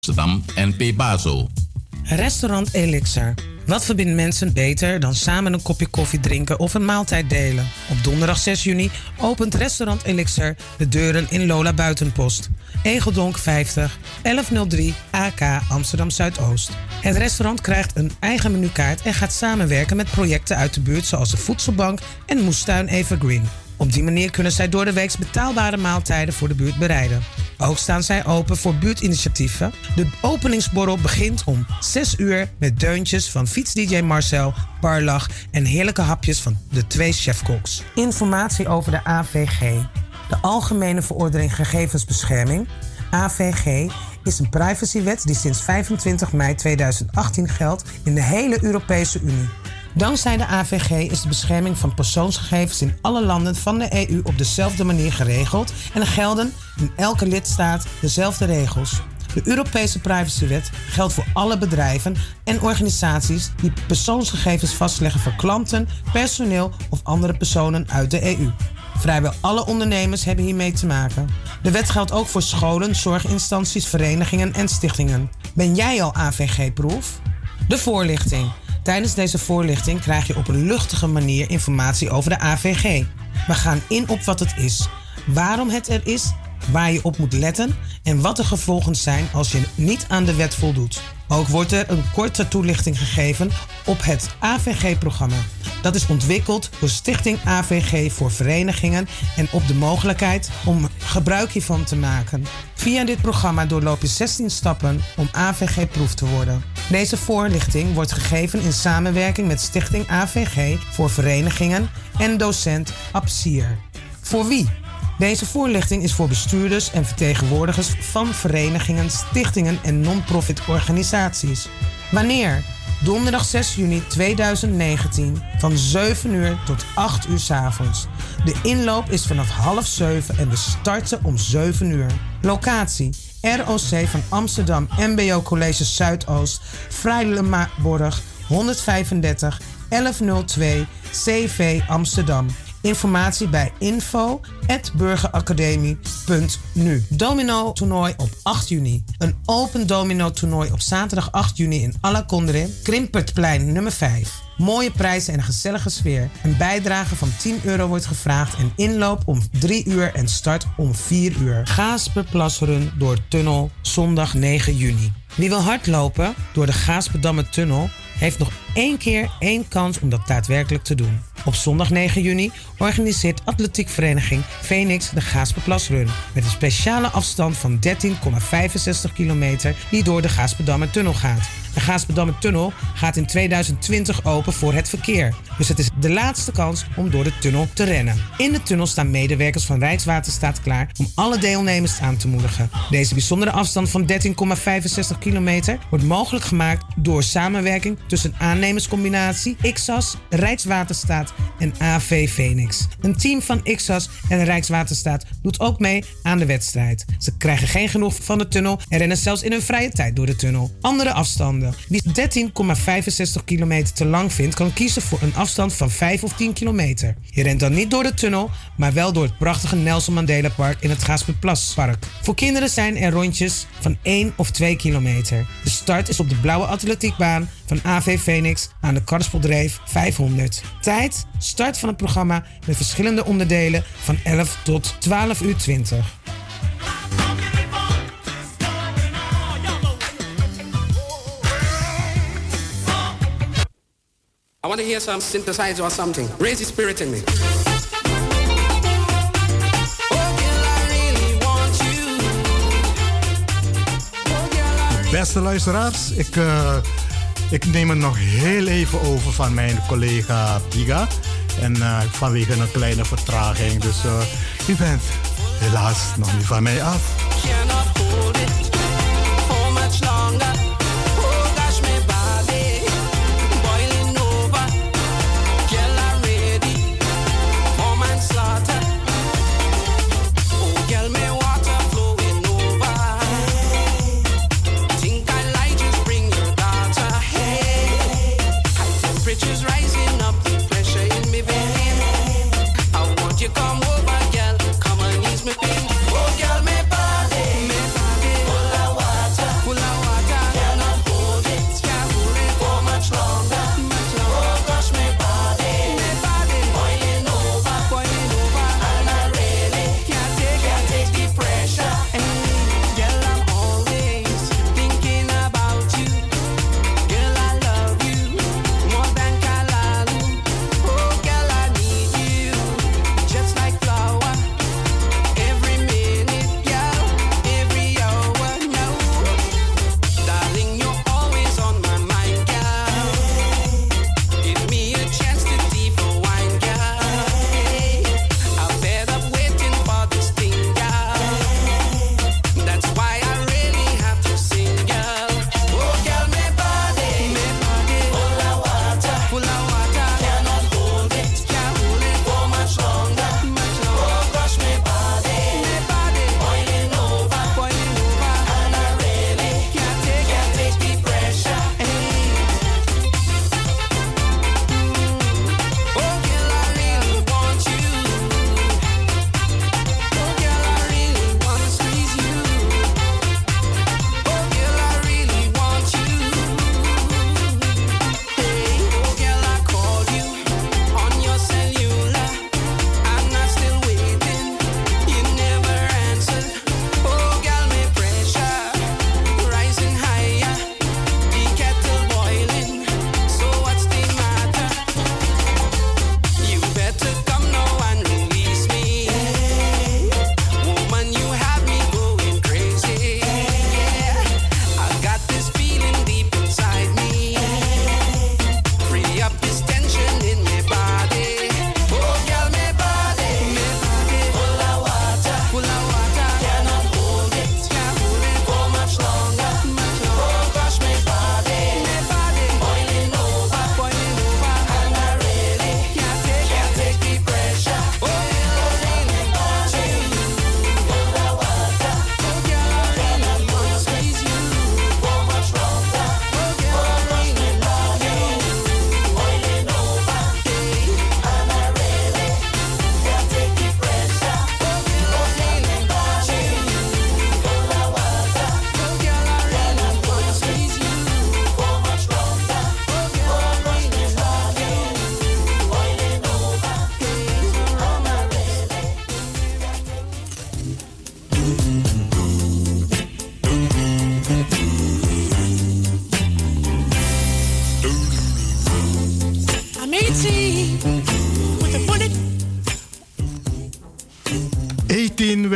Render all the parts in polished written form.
Amsterdam en Pebazo. Restaurant Elixir. Wat verbindt mensen beter dan samen een kopje koffie drinken of een maaltijd delen? Op donderdag 6 juni opent restaurant Elixir de deuren in Lola Buitenpost. Egeldonk 50, 1103 AK Amsterdam Zuidoost. Het restaurant krijgt een eigen menukaart en gaat samenwerken met projecten uit de buurt zoals de Voedselbank en Moestuin Evergreen. Op die manier kunnen zij door de week betaalbare maaltijden voor de buurt bereiden. Ook staan zij open voor buurtinitiatieven. De openingsborrel begint om 6 uur met deuntjes van fiets-dj Marcel, barlach en heerlijke hapjes van de 2 chefkoks. Informatie over de AVG. De Algemene Verordening Gegevensbescherming, AVG, is een privacywet die sinds 25 mei 2018 geldt in de hele Europese Unie. Dankzij de AVG is de bescherming van persoonsgegevens in alle landen van de EU op dezelfde manier geregeld en gelden in elke lidstaat dezelfde regels. De Europese privacywet geldt voor alle bedrijven en organisaties die persoonsgegevens vastleggen voor klanten, personeel of andere personen uit de EU. Vrijwel alle ondernemers hebben hiermee te maken. De wet geldt ook voor scholen, zorginstanties, verenigingen en stichtingen. Ben jij al AVG-proof? De voorlichting. Tijdens deze voorlichting krijg je op een luchtige manier informatie over de AVG. We gaan in op wat het is, waarom het er is, waar je op moet letten en wat de gevolgen zijn als je niet aan de wet voldoet. Ook wordt er een korte toelichting gegeven op het AVG-programma. Dat is ontwikkeld door Stichting AVG voor verenigingen en op de mogelijkheid om gebruik hiervan te maken. Via dit programma doorloop je 16 stappen om AVG-proof te worden. Deze voorlichting wordt gegeven in samenwerking met Stichting AVG voor verenigingen en docent Absier. Voor wie? Deze voorlichting is voor bestuurders en vertegenwoordigers van verenigingen, stichtingen en non-profit organisaties. Wanneer? Donderdag 6 juni 2019 van 7 uur tot 8 uur 's avonds. De inloop is vanaf 6:30 en we starten om 7 uur. Locatie: ROC van Amsterdam, MBO College Zuidoost, Vrijlemaborg 135 1102 CV Amsterdam. Informatie bij info@burgeracademie.nu. Domino toernooi op 8 juni. Een open domino toernooi op zaterdag 8 juni in Alakondre, Krimpertplein nummer 5. Mooie prijzen en een gezellige sfeer. Een bijdrage van €10 wordt gevraagd en inloop om 3 uur en start om 4 uur. Gaaspeplasrun door tunnel zondag 9 juni. Wie wil hardlopen door de Gaasperdammer tunnel heeft nog 1 keer 1 kans om dat daadwerkelijk te doen. Op zondag 9 juni organiseert atletiekvereniging Phoenix de Gaaspeplasrun met een speciale afstand van 13,65 kilometer die door de Gaasperdammer tunnel gaat. De Gaasperdammer tunnel gaat in 2020 open voor het verkeer. Dus het is de laatste kans om door de tunnel te rennen. In de tunnel staan medewerkers van Rijkswaterstaat klaar om alle deelnemers aan te moedigen. Deze bijzondere afstand van 13,65 kilometer wordt mogelijk gemaakt door samenwerking tussen aannemerscombinatie XAS, Rijkswaterstaat en AV Phoenix. Een team van XAS en Rijkswaterstaat doet ook mee aan de wedstrijd. Ze krijgen geen genoeg van de tunnel en rennen zelfs in hun vrije tijd door de tunnel. Andere afstanden. Wie 13,65 kilometer te lang vindt, kan kiezen voor een afstand van 5 of 10 kilometer. Je rent dan niet door de tunnel, maar wel door het prachtige Nelson Mandela Park in het Gaaspeplaspark. Voor kinderen zijn er rondjes van 1 of 2 kilometer. De start is op de blauwe atletiekbaan van AV Phoenix aan de Karspeldreef 500. Tijd, start van het programma met verschillende onderdelen van 11 tot 12 uur 20. I want to hear some synthesizer or something. Raise the spirit in me. Beste luisteraars, ik neem het nog heel even over van mijn collega Biga. En vanwege een kleine vertraging. Dus u bent helaas nog niet van mij af. Come over, girl, come and ease me pain. Oh, girl, me bad.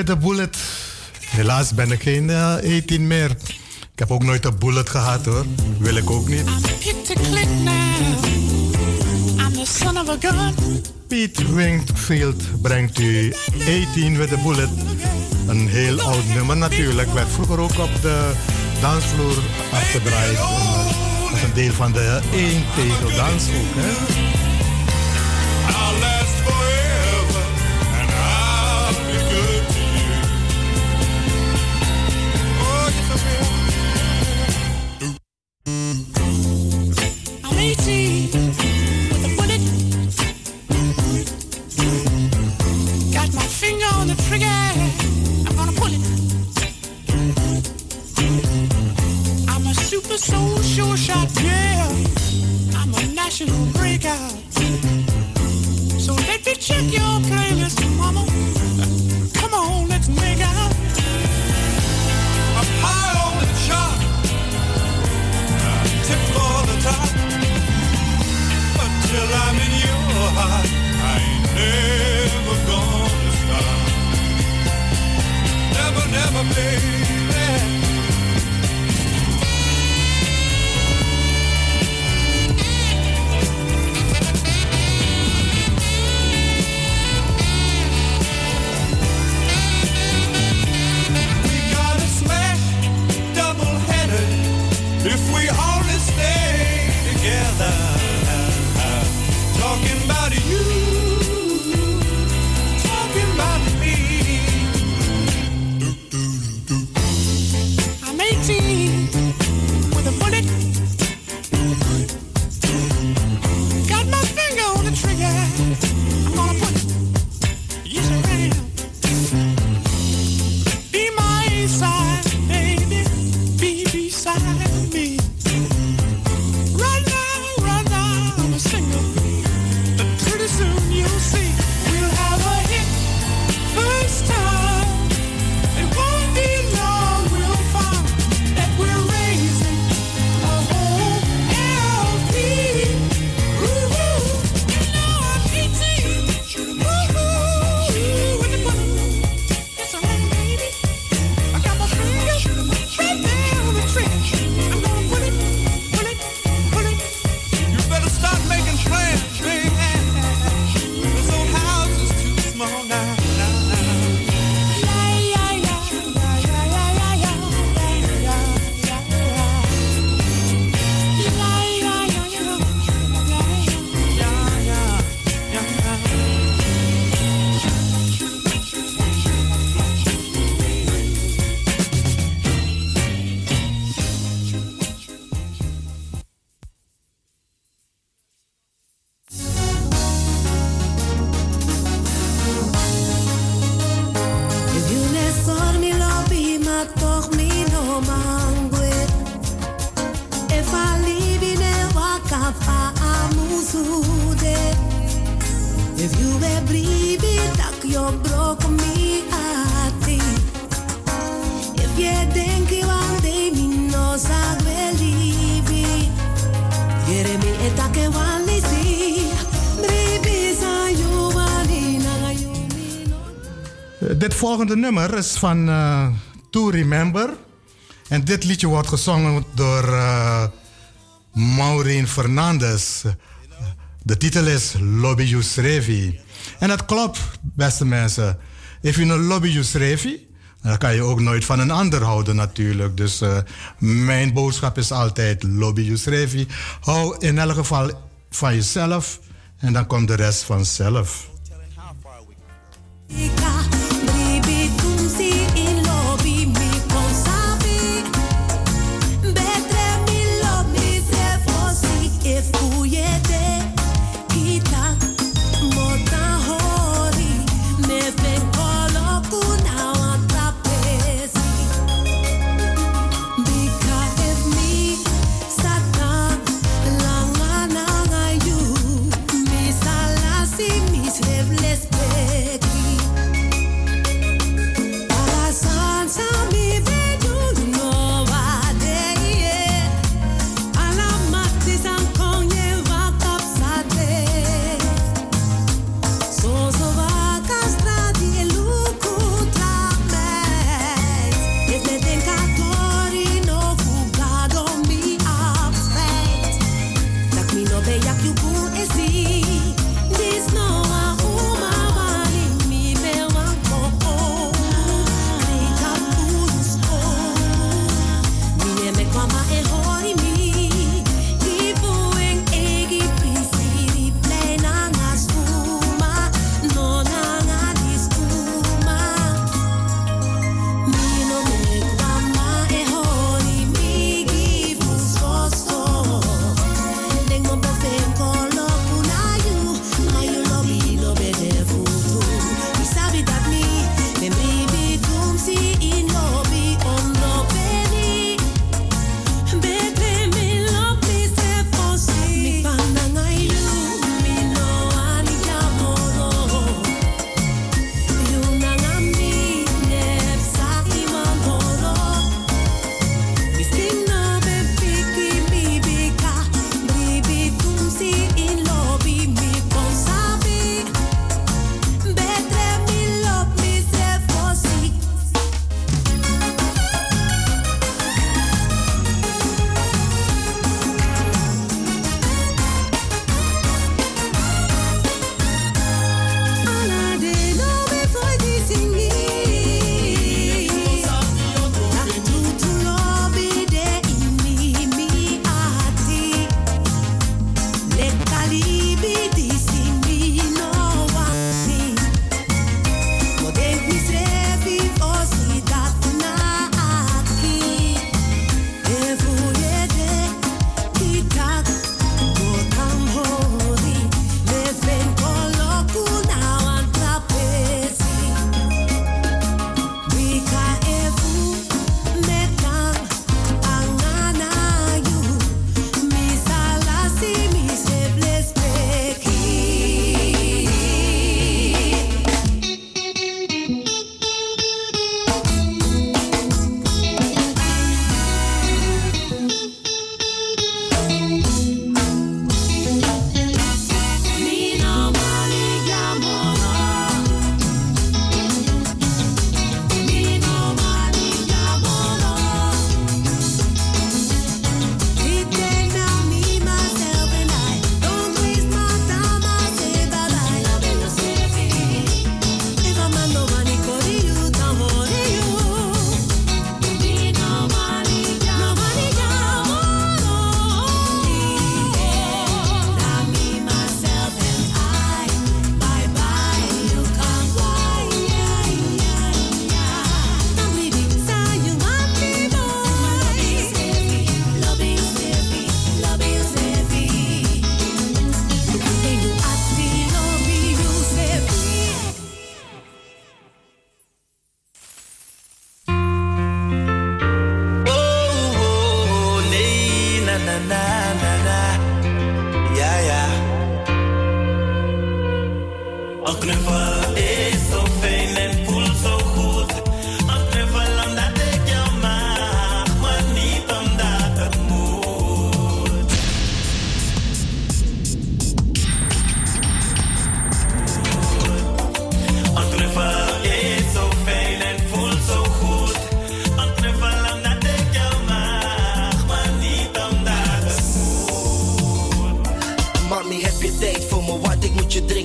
with the bullet. Helaas ben ik geen 18 meer. Ik heb ook nooit een bullet gehad hoor. Wil ik ook niet. Pete Wingfield brengt u 18 with the bullet. Een heel oud nummer natuurlijk. Werd vroeger ook op de dansvloer afgedraaid. Dat is een deel van de eentegel-dans ook. Hè? I'll last forever and I'll be good to you. Oh, yes, I will. I'm 18 with a bullet. Got my finger on the trigger. I'm gonna pull it. I'm a super soul sure shot, yeah. I'm a national breakout. So let me check your playlist, mama. Come on, let's make out. I'm high on the chart. Tip for the top. Until I'm in your heart, I ain't never gonna stop. Never, never, baby. If we only stay together, talking about you, talking about me. I'm 18 with a bullet. Got my finger on the trigger. I'm gonna put it. Yes, I am. Be my side, baby. Be beside. Soon you'll see we'll have a hit first time. It won't be long, we'll find that we're raising a whole LP. Woo-hoo. You know I'm 18. Woo-hoo. With the bullet. It's a rain, baby. I got my finger right there on the trigger. I'm gonna pull it, pull it, pull it. You better start making plans, baby. Dit volgende nummer is van To Remember. En dit liedje wordt gezongen door Maureen Fernandes. De titel is Lobby Jus Revi. En dat klopt, beste mensen. If you know Lobby Jus Revi, dan kan je ook nooit van een ander houden natuurlijk. Dus mijn boodschap is altijd Lobby Jus Revi. Hou in elk geval van jezelf en dan komt de rest vanzelf. Miss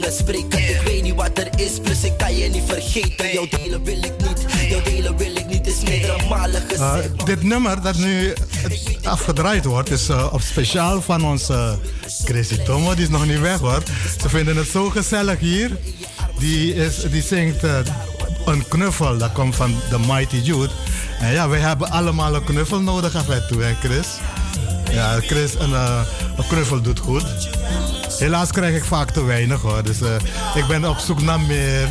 kan spreken. Ik weet niet wat er is, plus ik kan je niet vergeten. Jouw delen wil ik niet, jouw delen wil ik niet. Is meerdere malen gezegd. Dit nummer dat nu afgedraaid wordt, is op speciaal van onze Chrissy Tomo. Die is nog niet weg hoor. Ze vinden het zo gezellig hier. Die zingt een knuffel. Dat komt van The Mighty Youth. En ja, wij hebben allemaal een knuffel nodig af en toe, hè Chris? Ja, Chris, een knuffel doet goed. Helaas krijg ik vaak te weinig hoor. Dus ik ben op zoek naar meer.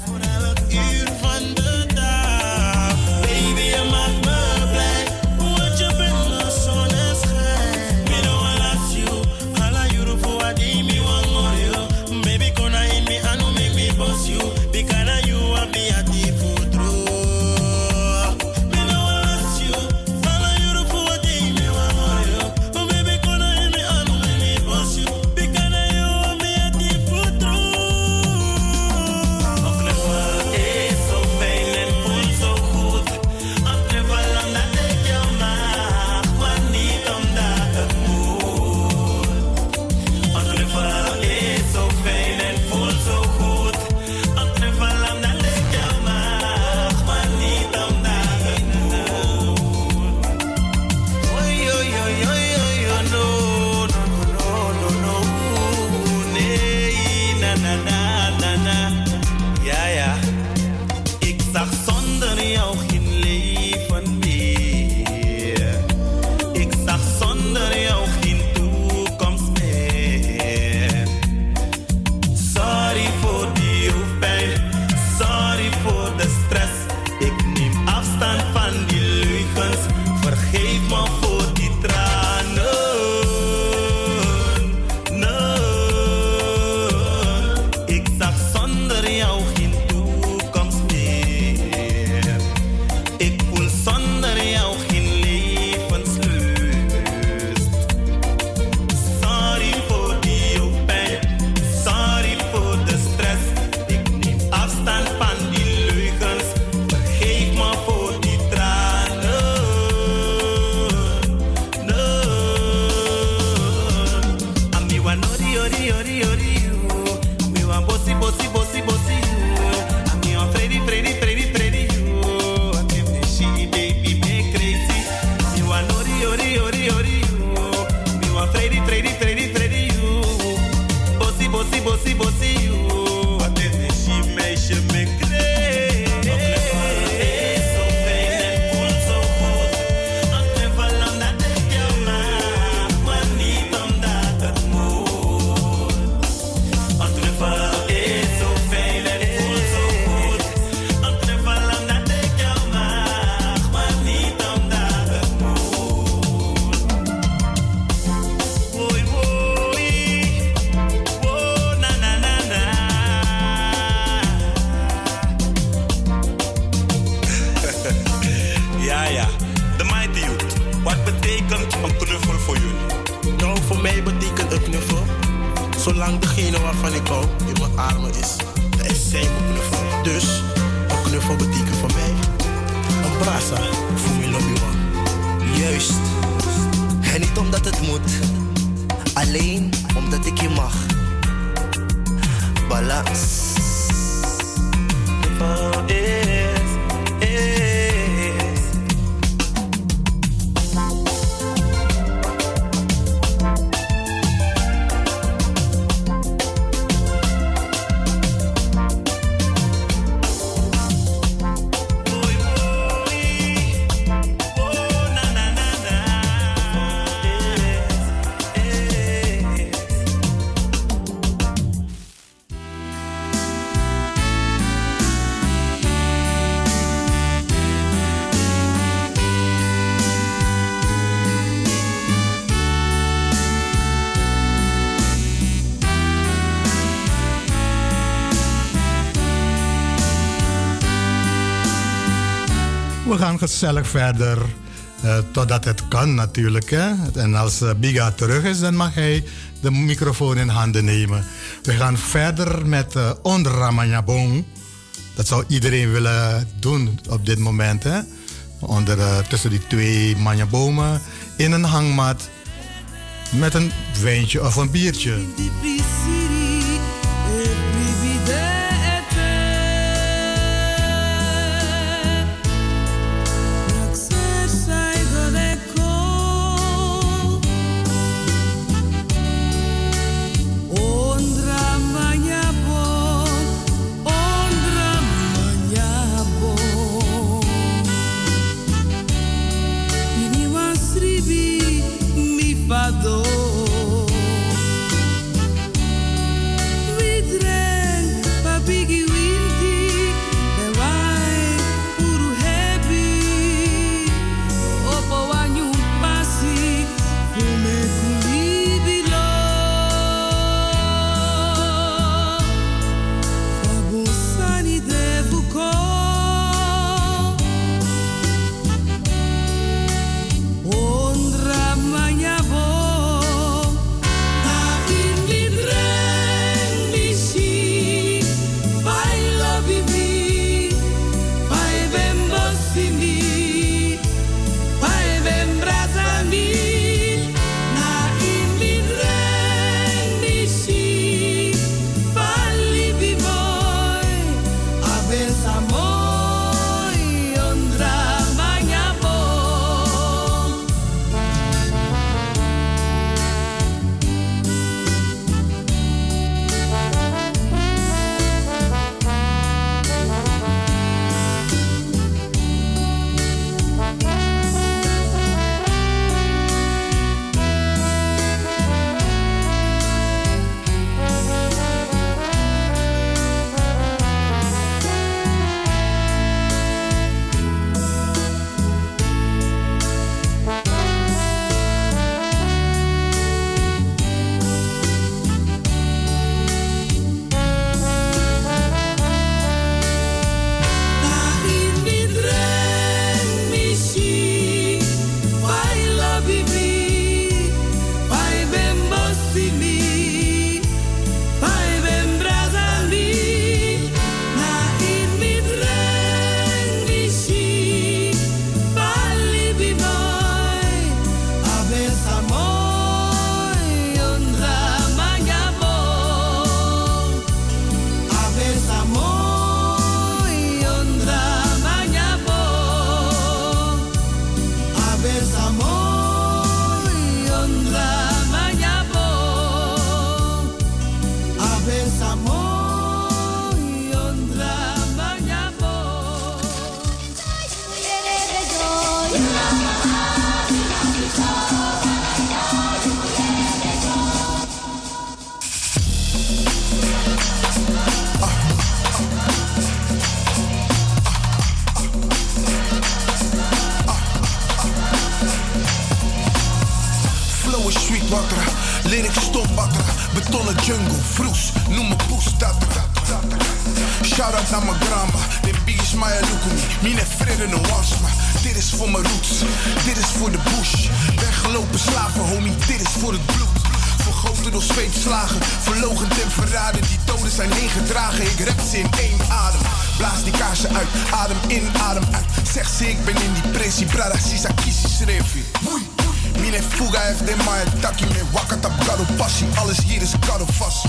We gaan gezellig verder totdat het kan natuurlijk. Hè? En als Biga terug is, dan mag hij de microfoon in handen nemen. We gaan verder met Onder Ramanyabong. Dat zou iedereen willen doen op dit moment. Hè? Tussen die twee manjabomen in een hangmat met een wijntje of een biertje. fado. We drank papigi winti, bewai uru happy. Opo wanyu pasi, fume kulibilo. Fabusani devuko. Ondra manyabo. Na invidren mishi. Vai lobibi. Vai bembosimi. Vai bembrazami. Na invidren mishi. Vai libimoy. Abensamoy. Ondra manyabo. Na invidren mishi. Vai lobibi. Vai bembosimi. Vai bembrazami. Na invidren mishi. Vai libimoy. Abensamoy. Ondra manyabo. Abensamoy. Ondra manyabo. Abensamoy. Ondra manyabo. Abensamoy. Ondra manyabo. Flow is sweet water, lyrics stopwater. Betonnen jungle, vroes, noem me poes datra. Shout out naar mijn grandma, de biggest maya lukumi. Mine vrede no wasma, dit is voor mijn roots. Dit is voor de bush. Weggelopen slaven, homie, dit is voor het bloed. Vergoten door zweepslagen, verloochend en verraden. Die doden zijn heen gedragen, ik rap ze in één adem. Blaas die kaarsen uit, adem in, adem uit. Zeg ze, ik ben in die pressie, brada, sisa kisi schreefie. Mine fuga heeft de maya taki me wakata gado passie. Alles hier is gado vast.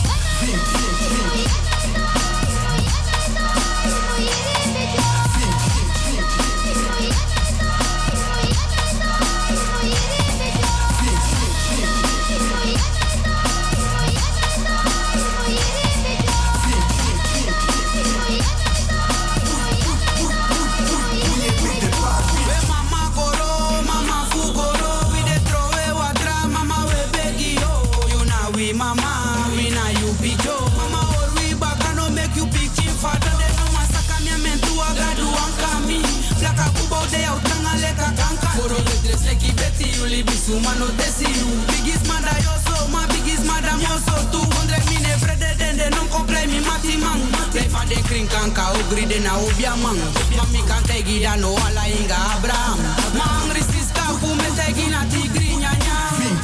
Mama, we na you be Joe. Mama, or we back no make you big chief. Father, they no masaka mi mentu agadu ankami. Plaka kubo de autanga leka kanka. Foro letres leki beti yuli bisu mano desi you. Biggest mada yoso, ma biggest madam yoso. 200 mine frede dende non komplei mi mati man. Lefa de kring kanka ogri de na obia man. Mami kan tegi da no ala inga Abraham. Ma angri siska fu me tegi na tigri nyanya.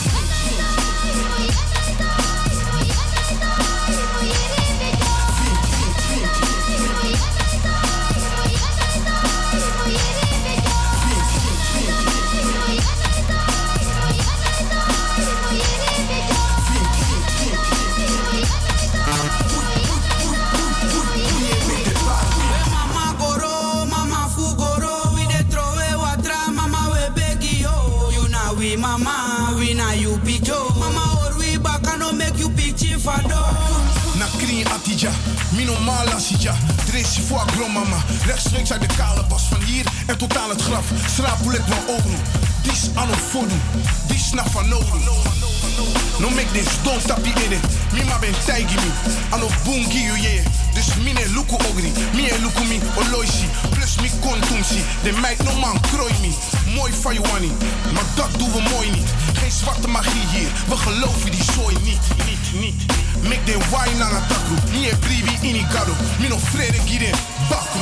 Mama, we na you pijo. Mama, or we back no make you big chief fado. Na kring atija, mino mala sija. Dresi voor grondmama, rechtstreeks uit de kale bas. Van hier en tot aan het graf, schrapelet van ogen. Dis aan het voordoen, dis snap van nodig. No make this don't tap in it. Mi ma ben taigi mi. Ano bungi you yeah. Dus mine luku ogri. Mi e luku mi oloisi. Plus mi kontumsi. De meid no man krooi mi. Mooi van je wani. Maar dat doen we mooi niet. Geen zwarte magie hier. We geloven die zooi niet. Niet. Make den wine aan het takru. Mi e bribi inigado. Mi no vrede giren. Bakru.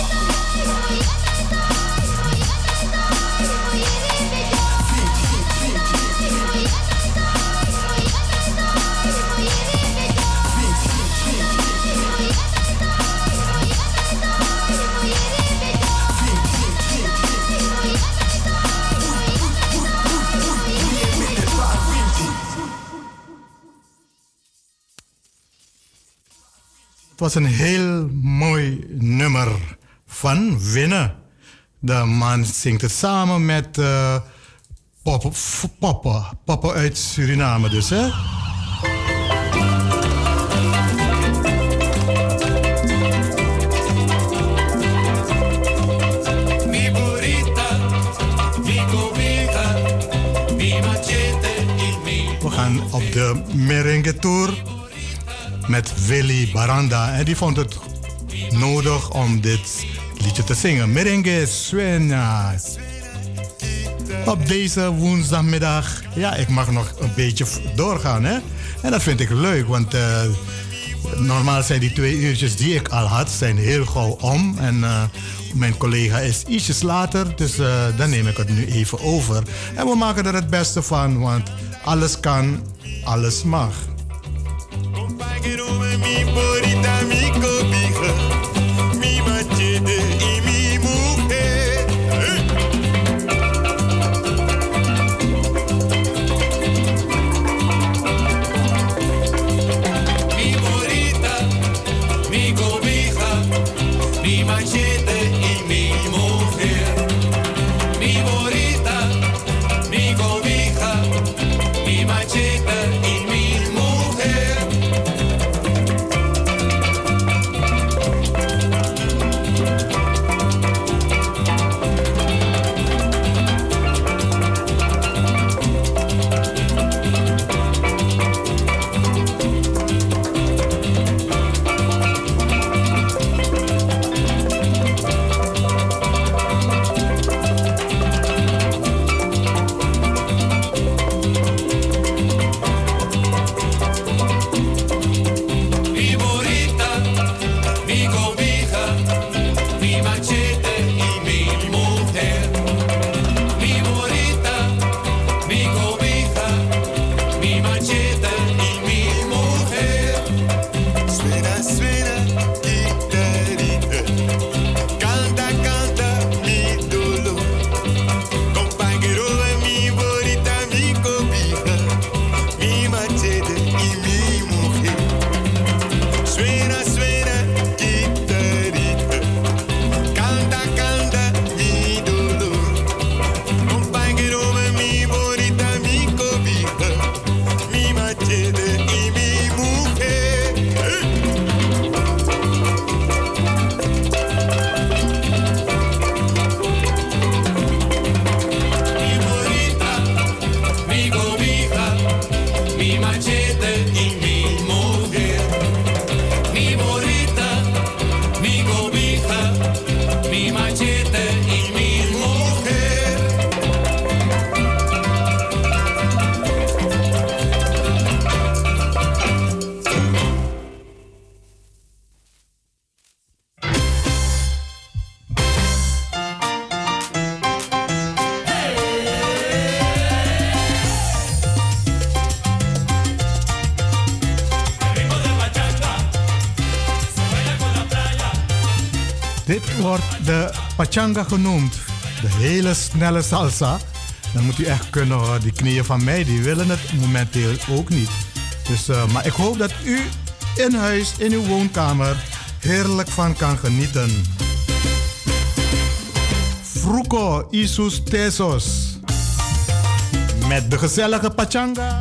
Het was een heel mooi nummer van Winnen. De man zingt het samen met Papa uit Suriname dus, hè? We gaan op de merengue tour met Willy Baranda. En die vond het nodig om dit liedje te zingen. Merengue suena. Op deze woensdagmiddag. Ja, ik mag nog een beetje doorgaan, hè. En dat vind ik leuk, want normaal zijn die 2 uurtjes die ik al had, zijn heel gauw om. En mijn collega is ietsjes later, dus dan neem ik het nu even over. En we maken er het beste van, want alles kan, alles mag. Dit wordt de pachanga genoemd. De hele snelle salsa. Dan moet u echt kunnen hoor. Die knieën van mij die willen het momenteel ook niet. Dus, maar ik hoop dat u in huis, in uw woonkamer, heerlijk van kan genieten. Fruco Isus Tesos. Met de gezellige pachanga.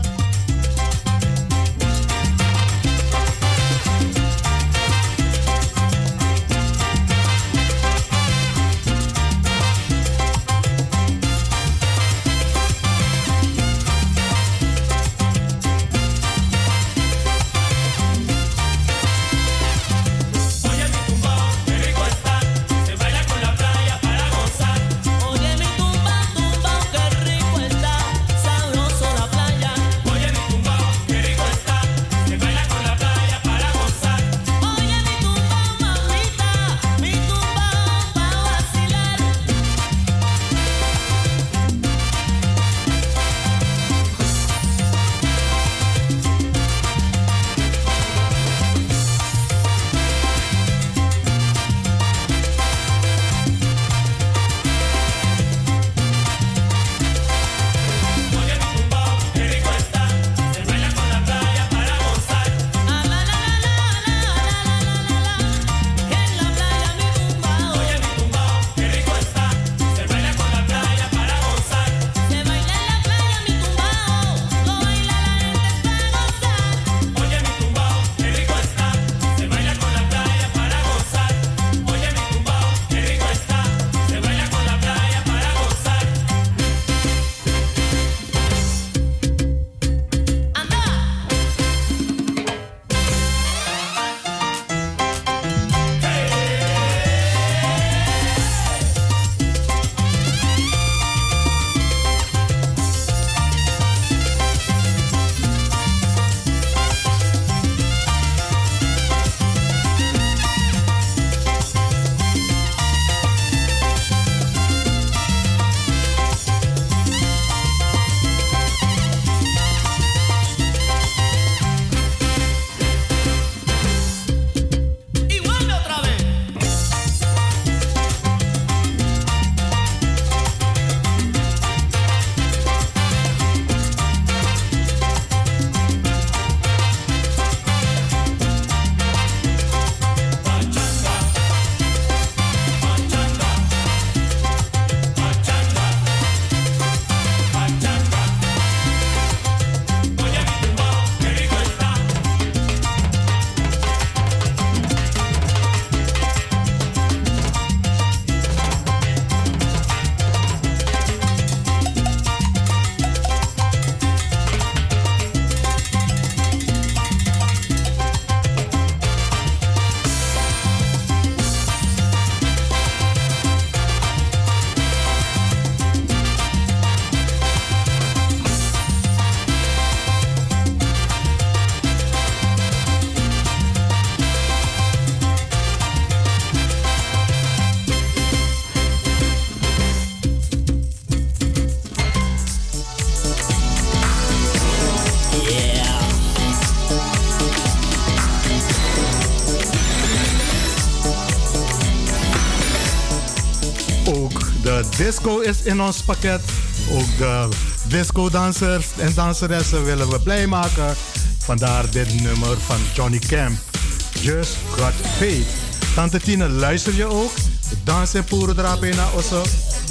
disco is in ons pakket. Ook de disco-dansers en danseressen willen we blij maken. Vandaar dit nummer van Johnny Camp. Just Got Paid. Tante Tine, luister je ook? De dans en poeren drapen naar Osso.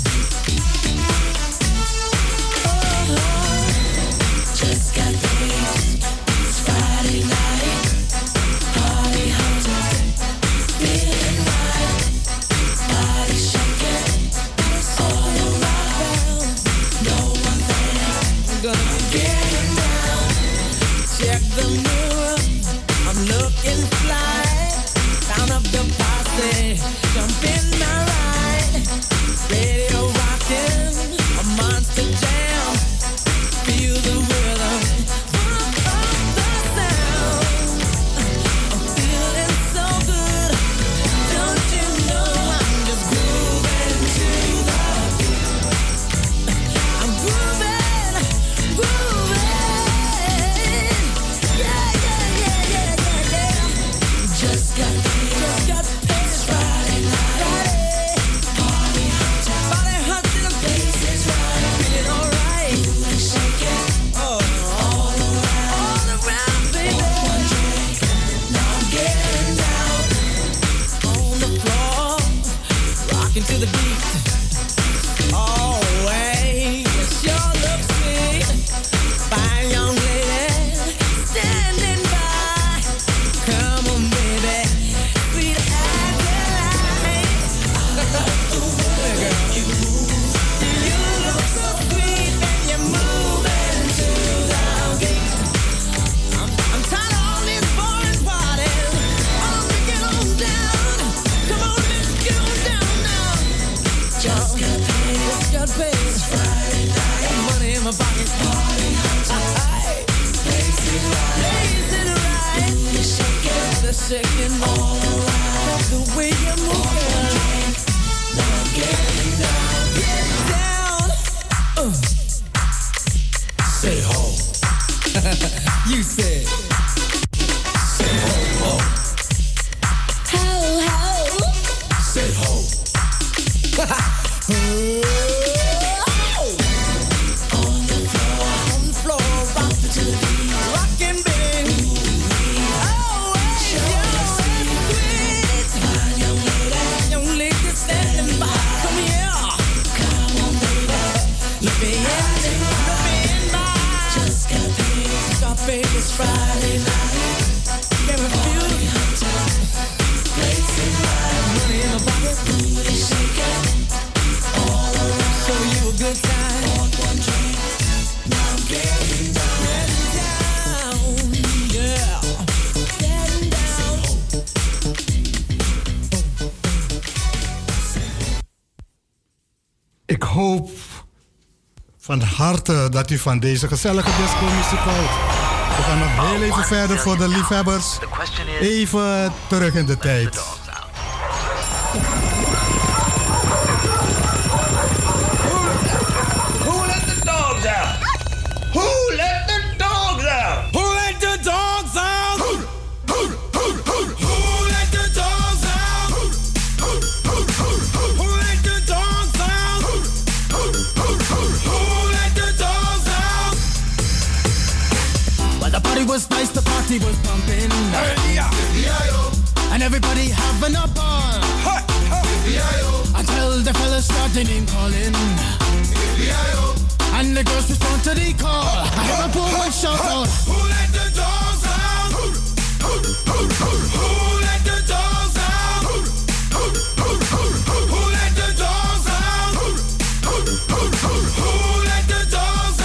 Just got paid. It's Friday night. Party harder. Feeling right. Body shaking. All around. No one there. I'm gonna be getting down. Check the mirror. I'm looking fly. Sound of the posse. Jump in my ride. Radio rocking. A monster jam. Feel the rhythm of the sound. I'm feeling so good. Don't you know I'm just grooving to the beat. I'm grooving, grooving. Yeah, yeah, yeah, yeah, yeah, yeah. Just got paid. It's Friday night. Party hunter. Body hunter. The place is right. Feeling alright. Moving, shaking. All around, baby. One drink. Now I'm getting down on the floor, rocking to the beat. Always, you sure look sweet. Fine young lady, standing by. Come on, baby. Sweet Adelaide. I love the way you move. You look so sweet and you're moving to the beat. I'm tired of all these boring parties. All to get on down. Come on, let's get on down now. Just got paid. It's Friday night. Money in my pocket. Party hunter. Place it right. You're shaking. The shaking all around. The way you're moving. Now I'm getting down. Get down. Say ho. You said. Say ho, ho. Ho, ho. Say ho. On the floor, rock to the beat, rockin' baby. Oh, you're sweet, fine young lady standing by. Come here, come on, baby. Look me in my. Just got paid, it's Friday night. Get me feel hunter, place it right. Money in my pocket, booty shaking. All around, show you a good time. One drink, now I'm getting down. Getting down, yeah. Getting down. Ik hoop van harte dat u van deze gezellige disco-muziek houdt. We gaan nog heel even verder voor de liefhebbers. Even terug in de tijd. Who let the dogs out? Who let the dogs out? Who let the dogs out? Who let the dogs out? Who let the dogs out? Who let the dogs out? Well, the party was nice, the party was pumping. And everybody having a ball. Until the fellas started name calling. And the girls respond to the call. I hear a woman shout out. Who let the dogs out? Who let the dogs out? Who let the dogs out? Who let the dogs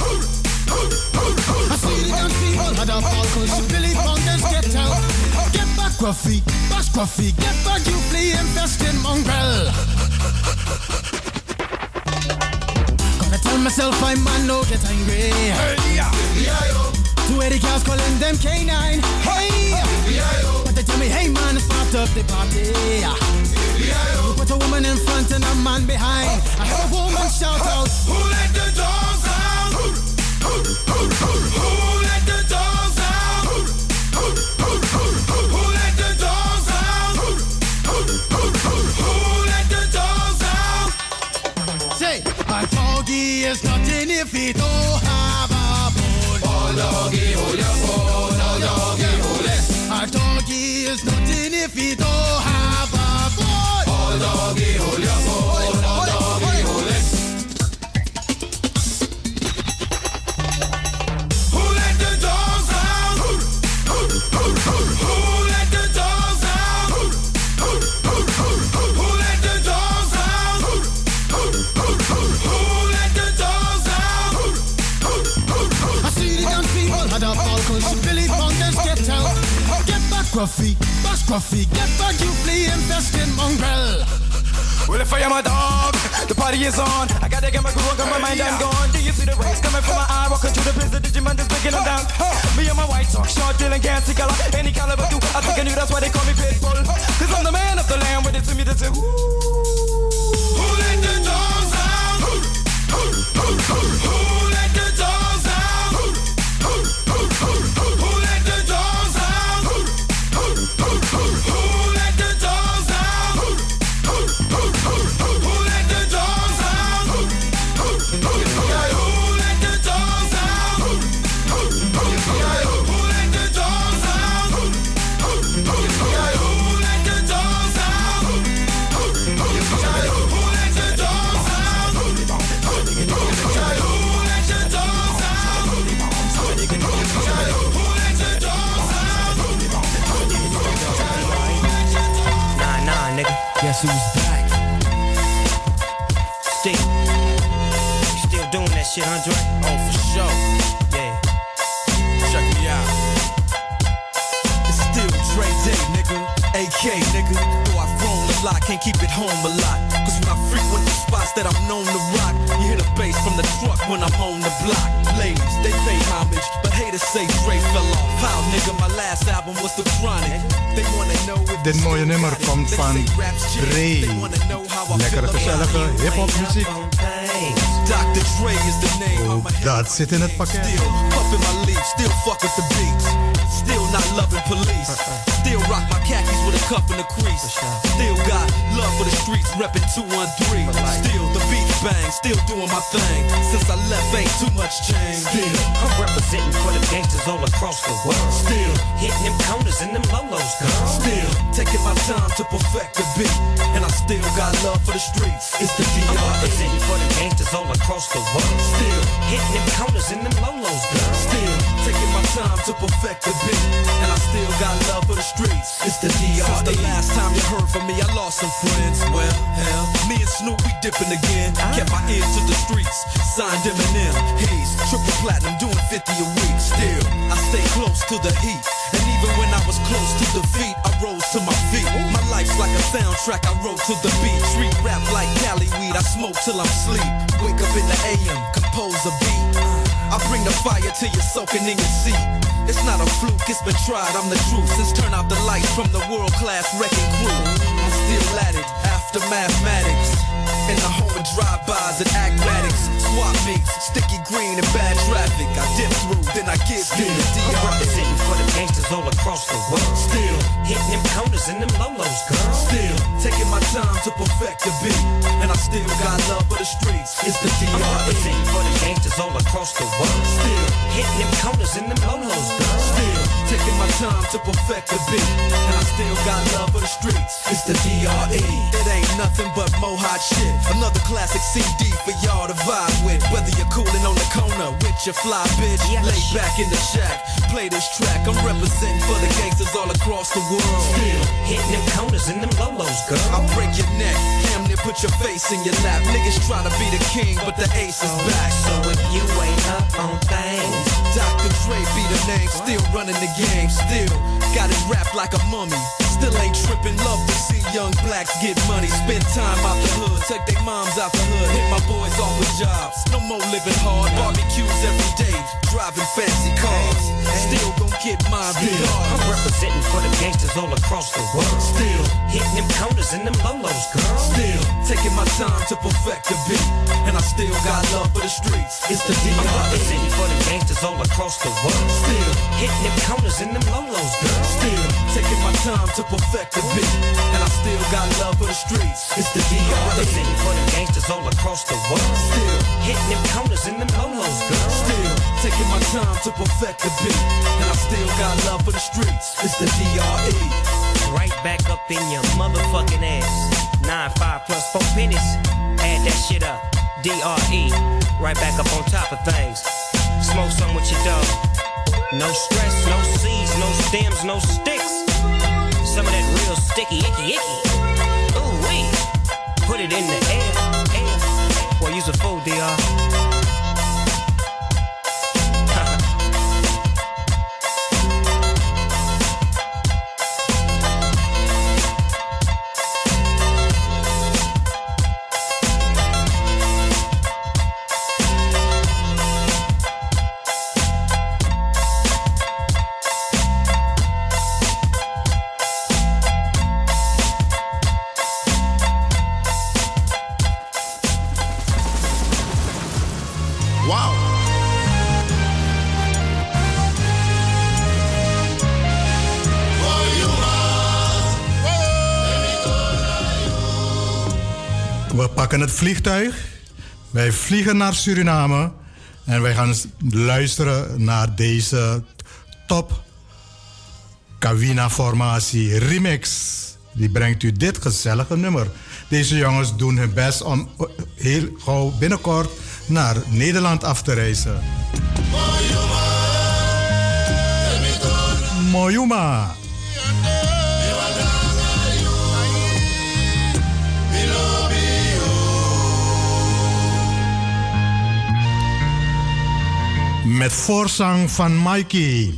out? I see the young people had a ball, cause you Billy Bongers get out. Get back, Gruffy, bash Gruffy, get back, you flea infested mongrel. Gonna tell myself I man no get angry. Two 80 cows calling them K9. Hey, but they tell me, hey man, start up the party. You put a woman in front and a man behind. I heard a woman shout out. Who let the dogs out? Who let the dogs out? Who let the dogs out? Who let the dogs out? catapult, Billy Bongers get out. Get back, Gruffy, bash Gruffy, get back, you flea infested mongrel. Well, if I am a dog, the party is on. I gotta get my groove on, got my mind, I'm gone. Do you see the rays coming from my eye? Walking through the prison, Digimon is breaking them down. Me and my white talk, short, dealing, gassy color. Any caliber, do I think I knew that's why they call me Pitbull. Cause I'm the man of the land with it to me to say, who let the dogs out? Who let the dogs out? Who let the dogs out? Who let the dogs out? Who let the dogs out? Who let the dogs out? Who let the dogs out? Who let the dogs out? Who let the dogs out? Nah, nigga. Guess who's back? Still. You still doing that shit, Andre? Oh, for sure. Yeah. Check me out. It's still Dre Day, nigga. AK, nigga. Though I've grown a lot, can't keep it home a lot. Cause when I frequent the spots that I'm known to rock, you hear the bass from the truck when I'm on the block. Ladies, they pay homage, but haters say Dre fell off. How, nigga, my last album was The Chronic. They wanna know if Dit mooie nummer komt van Dre. Lekkere gezellige hip-hop muziek. Dr. Dre is the name. Dat zit in het pakket. Still puffin' my leaf, still fuck with the beats. Still not loving police. Still rock my khakis with a cuff and a crease. Still got love for the streets, reppin' 213. Still the beat bang, still doing my thing. Since I left, ain't too much change. Still, I'm representing for the gangsters all across the world. Still hitting them corners and them lolos, girl. Still taking my time to perfect the beat, and I still got love for the streets. It's the DR. I'm representing for the gangsters all across the world. Still hitting them corners and them lolos, girl. Still taking my time to perfect the beat, and I still got love for the streets. It's the DR. Since the last time you heard from me, I lost some friends. Well, hell, me and Snoop, we dipping again. Kept my ear to the streets, signed Eminem. He's triple platinum, doing 50 a week. Still, I stay close to the heat, and even when I was close to defeat, I rose to my feet. My life's like a soundtrack, I wrote to the beat. Street rap like Cali weed, I smoke till I'm sleep. Wake up in the AM, compose a beat. I bring the fire till you're soaking in your seat. It's not a fluke, it's been tried, I'm the truth. Since turn out the lights from the world-class wrecking crew, I'm still at it, after mathematics. In the home of drive-bys and acmatics. Swap meets, sticky green and bad traffic. I dip through, then I get through the DR. I'm representing for the gangsters all across the world. Still hitting them corners and them lolos, girl. Still taking my time to perfect the beat, and I still got love for the streets. It's the DR. I'm representing for the gangsters all across the world. Still hitting them corners and them lolos, girl. Still taking my time to perfect the beat, and I still got love for the streets. It's the DRE. It ain't nothing but mohawk shit. Another classic CD for y'all to vibe with. Whether you're coolin' on the corner with your fly bitch, lay back in the shack, play this track. I'm representing for the gangsters all across the world. Still hitting them corners and them lolos, girl. I'll break your neck, damn near put your face in your lap. Niggas try to be the king, but the ace is back. So if you ain't up on things, Dr. Dre be the name, still running the game. Still got it wrapped like a mummy. Still ain't trippin', love to see young blacks get money. Spend time out the hood, take their moms out the hood. Hit my boys off with jobs, no more living hard. Barbecues every day, driving fancy cars. Still gon' get mine regardless. I'm representing for the gangsters all across the world. Still hitting them corners and them lolos, girl. Still taking my time to perfect the beat, and I still got love for the streets. It's the DR. I'm representing for the gangsters all across the world. Still hitting them corners and them lolos, girl. Still taking my time to perfect the beat, and I still got love for the streets. It's the DR. I'm representing for the gangsters all across the world. Still hitting them corners and them lolos, girl. Still taking my time to perfect the beat, and I still got love for the streets. It's the DRE. Right back up in your motherfucking ass. 9-5 plus 4 pennies. Add that shit up. DRE. Right back up on top of things. Smoke some with your dog. No stress, no seeds, no stems, no sticks. Some of that real sticky, icky. Ooh wee. Put it in the air. Boy, use a fool, DR. We pakken het vliegtuig. Wij vliegen naar Suriname. En wij gaan luisteren naar deze top Kawina-formatie remix. Die brengt u dit gezellige nummer. Deze jongens doen hun best om heel gauw binnenkort naar Nederland af te reizen. Moyuma. Met voorzang van Mikey.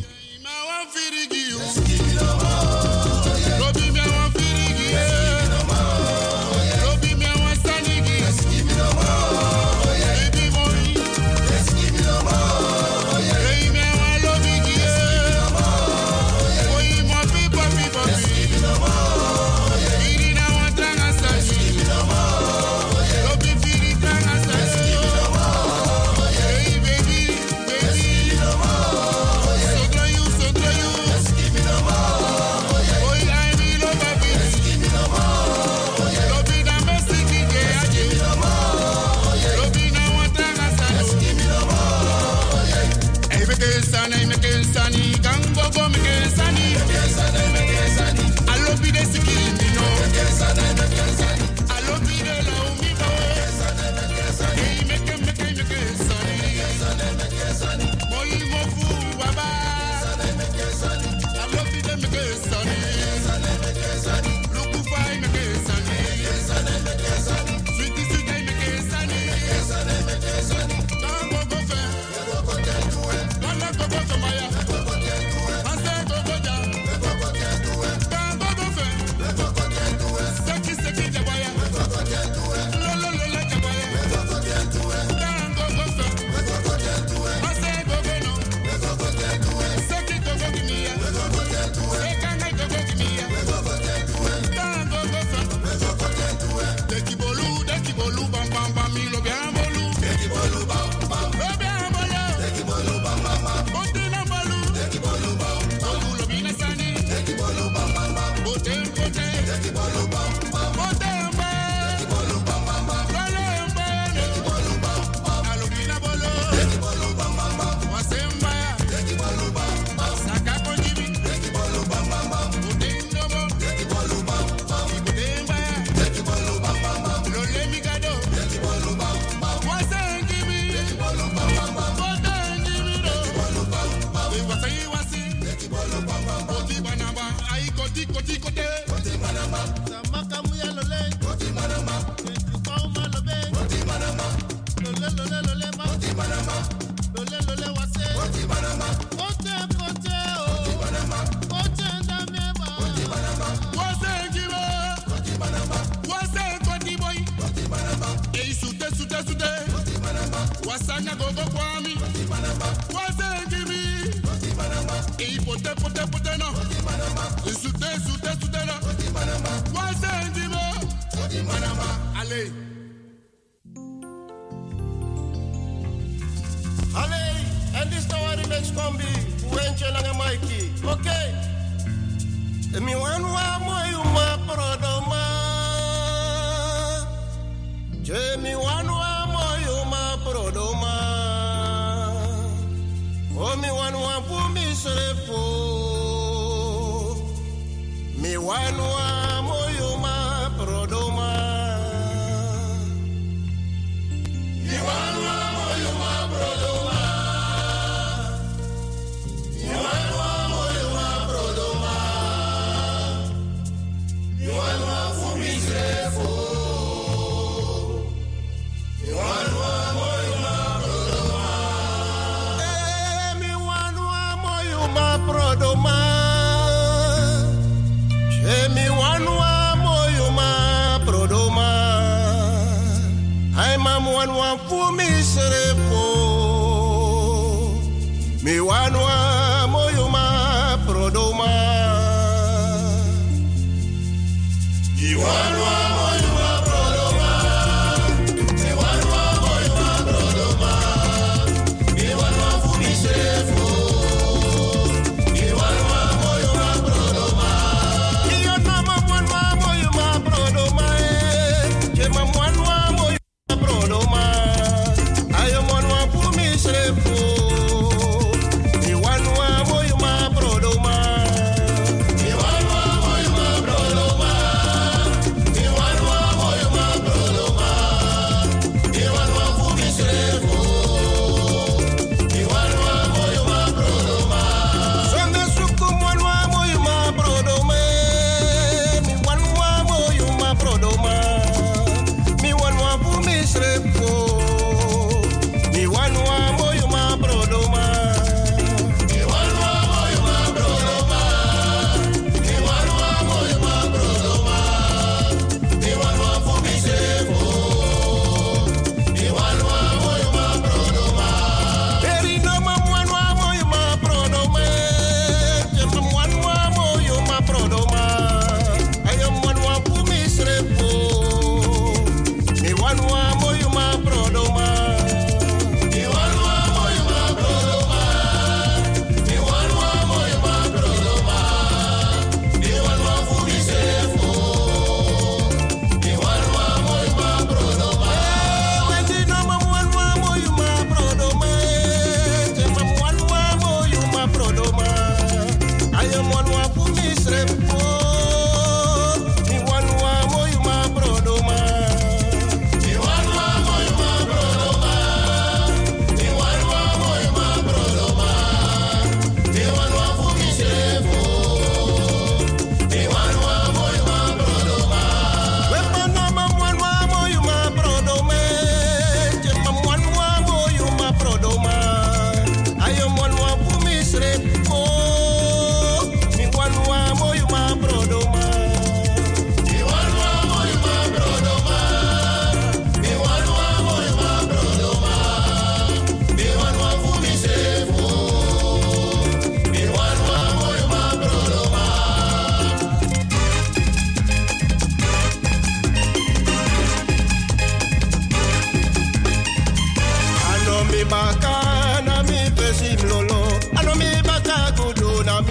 One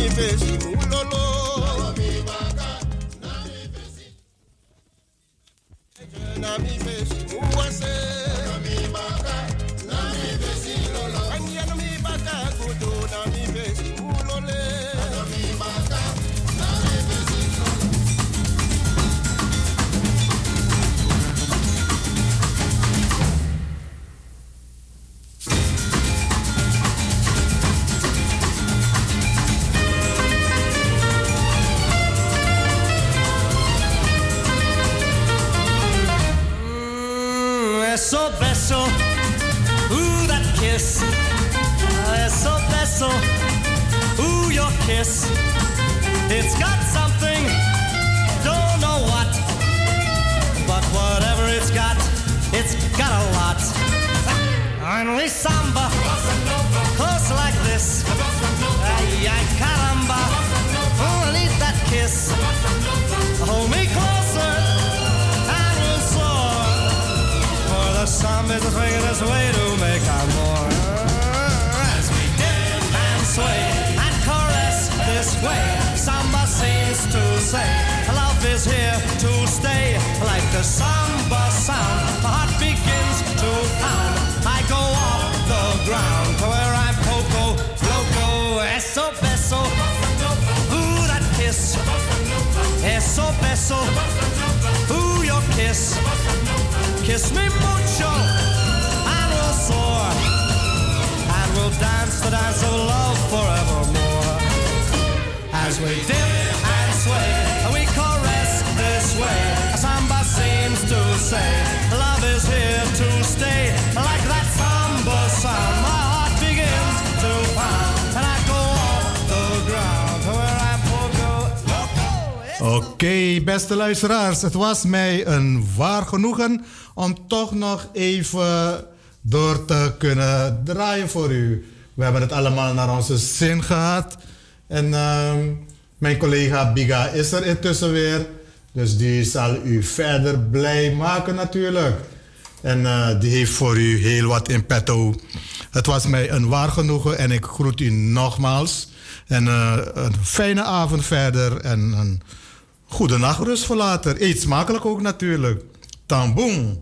mi fesi mulolo. Na mi fesi muwase. Na mi baka, na mi fesi lolo. Anya na mi baka kudo na mi fesi mulole. Na mi baka, na mi fesi lolo. Eso beso, ooh that kiss. Eso beso, ooh your kiss. It's got something, don't know what, but whatever it's got a lot. Only samba, close like this. Ay, ay, caramba, oh, I need that kiss. Hold me closer, and we'll soar. For the samba is a swing this way to make our more. As we dip and sway and caress this way, samba seems to say, love is here to stay. Like the samba sound, my heart begins to pound. I go off the ground to where I'm poco, loco, eso beso, ooh that kiss, eso beso, ooh your kiss, kiss me mucho, and we'll soar, and we'll dance the dance of love forevermore. As we dip and sway, and we caress this way, samba seems to say, love is here to stay. Like that samba sound, my heart begins to pound, and I go off the ground to where I'm poco. Oké, beste luisteraars, het was mij een waar genoegen om toch nog even door te kunnen draaien voor u. We hebben het allemaal naar onze zin gehad. En mijn collega Biga is er intussen weer. Dus die zal u verder blij maken natuurlijk. En die heeft voor u heel wat in petto. Het was mij een waar genoegen en ik groet u nogmaals. En een fijne avond verder en een goede nachtrust voor later. Eet smakelijk ook natuurlijk. Tamboom!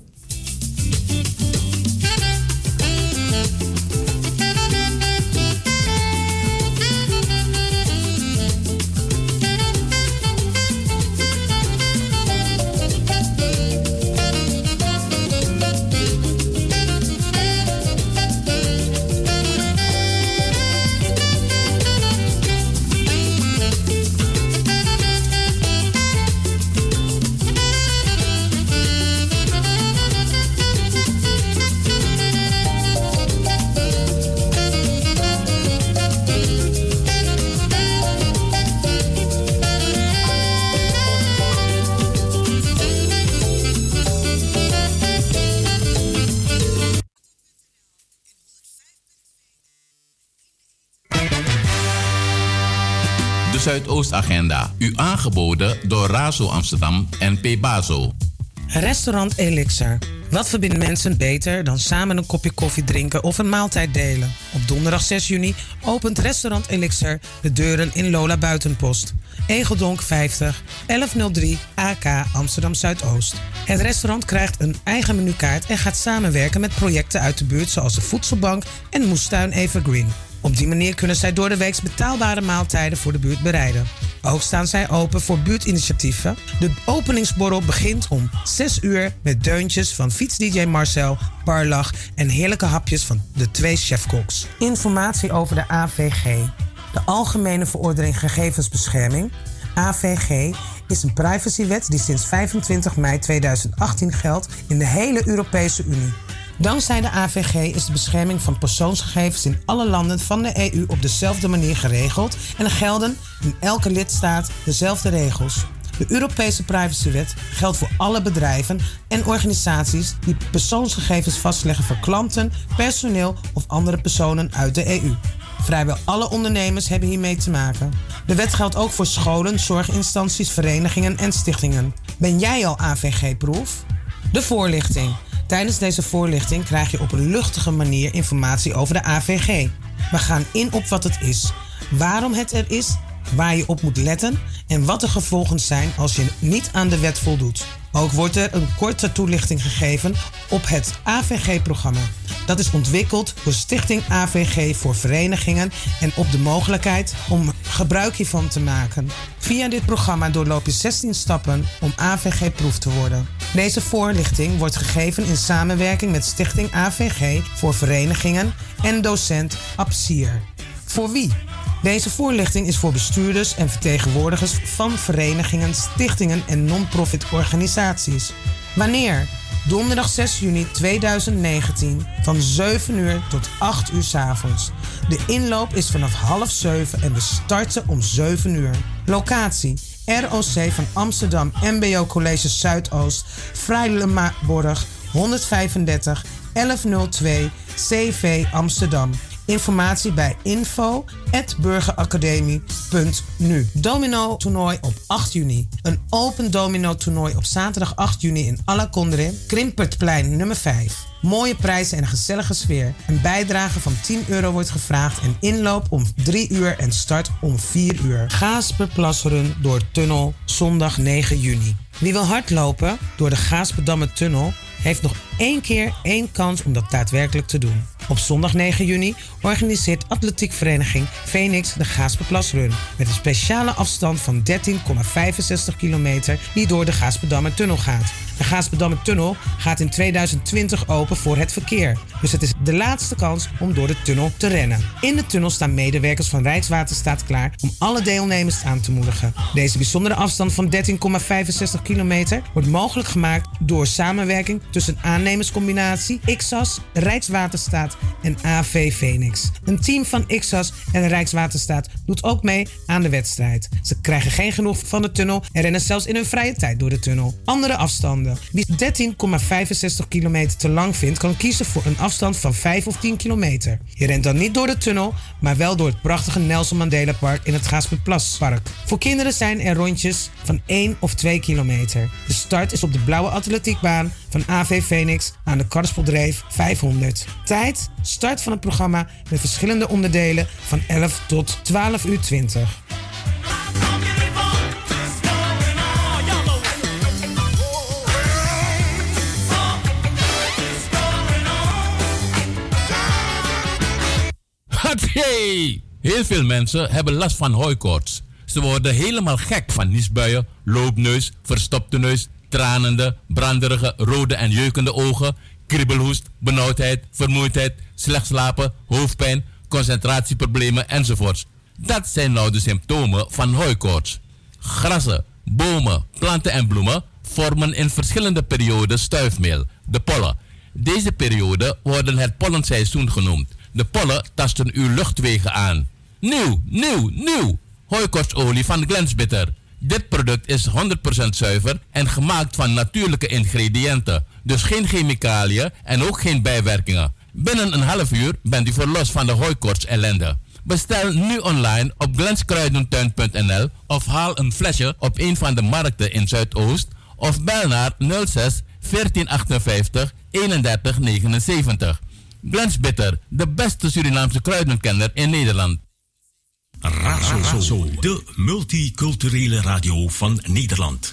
Zuidoostagenda. U aangeboden door Razo Amsterdam en Pebazo. Restaurant Elixir. Wat verbindt mensen beter dan samen een kopje koffie drinken of een maaltijd delen? Op donderdag 6 juni opent Restaurant Elixir de deuren in Lola Buitenpost. Egeldonk 50, 1103 AK Amsterdam Zuidoost. Het restaurant krijgt een eigen menukaart en gaat samenwerken met projecten uit de buurt zoals de Voedselbank en Moestuin Evergreen. Op die manier kunnen zij door de week betaalbare maaltijden voor de buurt bereiden. Ook staan zij open voor buurtinitiatieven. De openingsborrel begint om 6 uur met deuntjes van fiets-dj Marcel, barlach en heerlijke hapjes van de 2 chefkoks. Informatie over de AVG. De Algemene Verordening Gegevensbescherming. AVG is een privacywet die sinds 25 mei 2018 geldt in de hele Europese Unie. Dankzij de AVG is de bescherming van persoonsgegevens in alle landen van de EU op dezelfde manier geregeld en er gelden in elke lidstaat dezelfde regels. De Europese privacywet geldt voor alle bedrijven en organisaties die persoonsgegevens vastleggen voor klanten, personeel of andere personen uit de EU. Vrijwel alle ondernemers hebben hiermee te maken. De wet geldt ook voor scholen, zorginstanties, verenigingen en stichtingen. Ben jij al AVG-proof? De voorlichting. Tijdens deze voorlichting krijg je op een luchtige manier informatie over de AVG. We gaan in op wat het is, waarom het er is waar je op moet letten en wat de gevolgen zijn als je niet aan de wet voldoet. Ook wordt er een korte toelichting gegeven op het AVG-programma. Dat is ontwikkeld door Stichting AVG voor verenigingen en op de mogelijkheid om gebruik hiervan te maken. Via dit programma doorloop je 16 stappen om AVG-proef te worden. Deze voorlichting wordt gegeven in samenwerking met Stichting AVG voor verenigingen en docent Absier. Voor wie? Deze voorlichting is voor bestuurders en vertegenwoordigers van verenigingen, stichtingen en non-profit organisaties. Wanneer? Donderdag 6 juni 2019 van 7 uur tot 8 uur 's avonds. De inloop is vanaf 6:30 en we starten om 7 uur. Locatie: ROC van Amsterdam, MBO College Zuidoost, Vrijlemaborg 135 1102 CV Amsterdam. Informatie bij info@burgeracademie.nu. Domino toernooi op 8 juni. Een open domino toernooi op zaterdag 8 juni in Alakondre, Krimpertplein nummer 5. Mooie prijzen en een gezellige sfeer. Een bijdrage van €10 wordt gevraagd en inloop om 3 uur en start om 4 uur. Gaasperplasrun door tunnel zondag 9 juni. Wie wil hardlopen door de Gaasperdammer tunnel heeft nog 1 keer 1 kans om dat daadwerkelijk te doen. Op zondag 9 juni organiseert atletiekvereniging Phoenix de Gaasperplasrun met een speciale afstand van 13,65 kilometer die door de Gaasperdammer tunnel gaat. De Gaasperdammer tunnel gaat in 2020 open voor het verkeer. Dus het is de laatste kans om door de tunnel te rennen. In de tunnel staan medewerkers van Rijkswaterstaat klaar om alle deelnemers aan te moedigen. Deze bijzondere afstand van 13,65 kilometer wordt mogelijk gemaakt door samenwerking tussen aannemerscombinatie XAS, Rijkswaterstaat en AV Phoenix. Een team van XAS en Rijkswaterstaat doet ook mee aan de wedstrijd. Ze krijgen geen genoeg van de tunnel en rennen zelfs in hun vrije tijd door de tunnel. Andere afstanden. Wie 13,65 kilometer te lang vindt, kan kiezen voor een afstand van 5 of 10 kilometer. Je rent dan niet door de tunnel, maar wel door het prachtige Nelson Mandela Park in het Gaasperplaspark. Voor kinderen zijn er rondjes van 1 of 2 kilometer. De start is op de blauwe atletiekbaan van AV Phoenix aan de Karspeldreef 500. Tijd, start van het programma met verschillende onderdelen van 11 tot 12 uur 20. Hey! Heel veel mensen hebben last van hooikoorts. Ze worden helemaal gek van niesbuien, loopneus, verstopte neus, tranende, branderige, rode en jeukende ogen, kriebelhoest, benauwdheid, vermoeidheid, slecht slapen, hoofdpijn, concentratieproblemen enzovoorts. Dat zijn nou de symptomen van hooikoorts. Grassen, bomen, planten en bloemen vormen in verschillende perioden stuifmeel, de pollen. Deze perioden worden het pollenseizoen genoemd. De pollen tasten uw luchtwegen aan. Nieuw! Hooikoortsolie van Glensbitter. Dit product is 100% zuiver en gemaakt van natuurlijke ingrediënten. Dus geen chemicaliën en ook geen bijwerkingen. Binnen een half uur bent u verlost van de hooikoorts ellende. Bestel nu online op glenskruidentuin.nl of haal een flesje op een van de markten in Zuidoost of bel naar 06 1458 31 79. Glensbitter, de beste Surinaamse kruidenkenner in Nederland. Razo, de multiculturele radio van Nederland.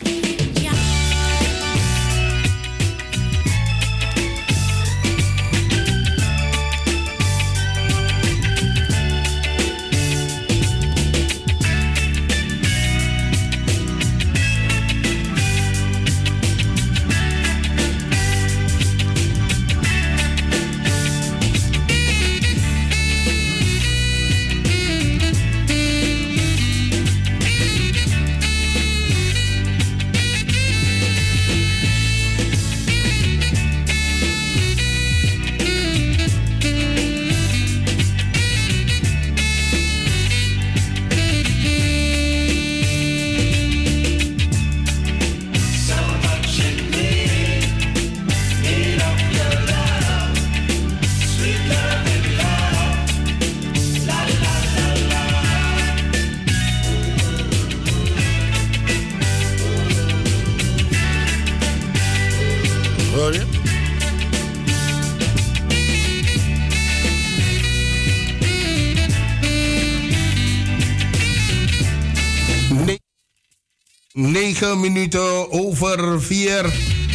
9 minuten over 4.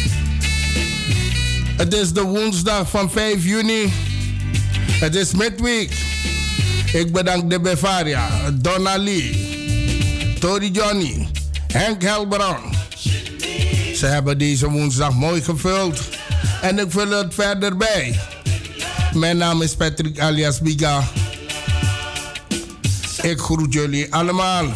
Het is de woensdag van 5 juni. Het is midweek. Ik bedank de Bavaria, Donna Lee, Tori Johnny, Henk Helbron. Ze hebben deze woensdag mooi gevuld. En ik vul het verder bij. Mijn naam is Patrick alias Biga. Ik groet jullie allemaal.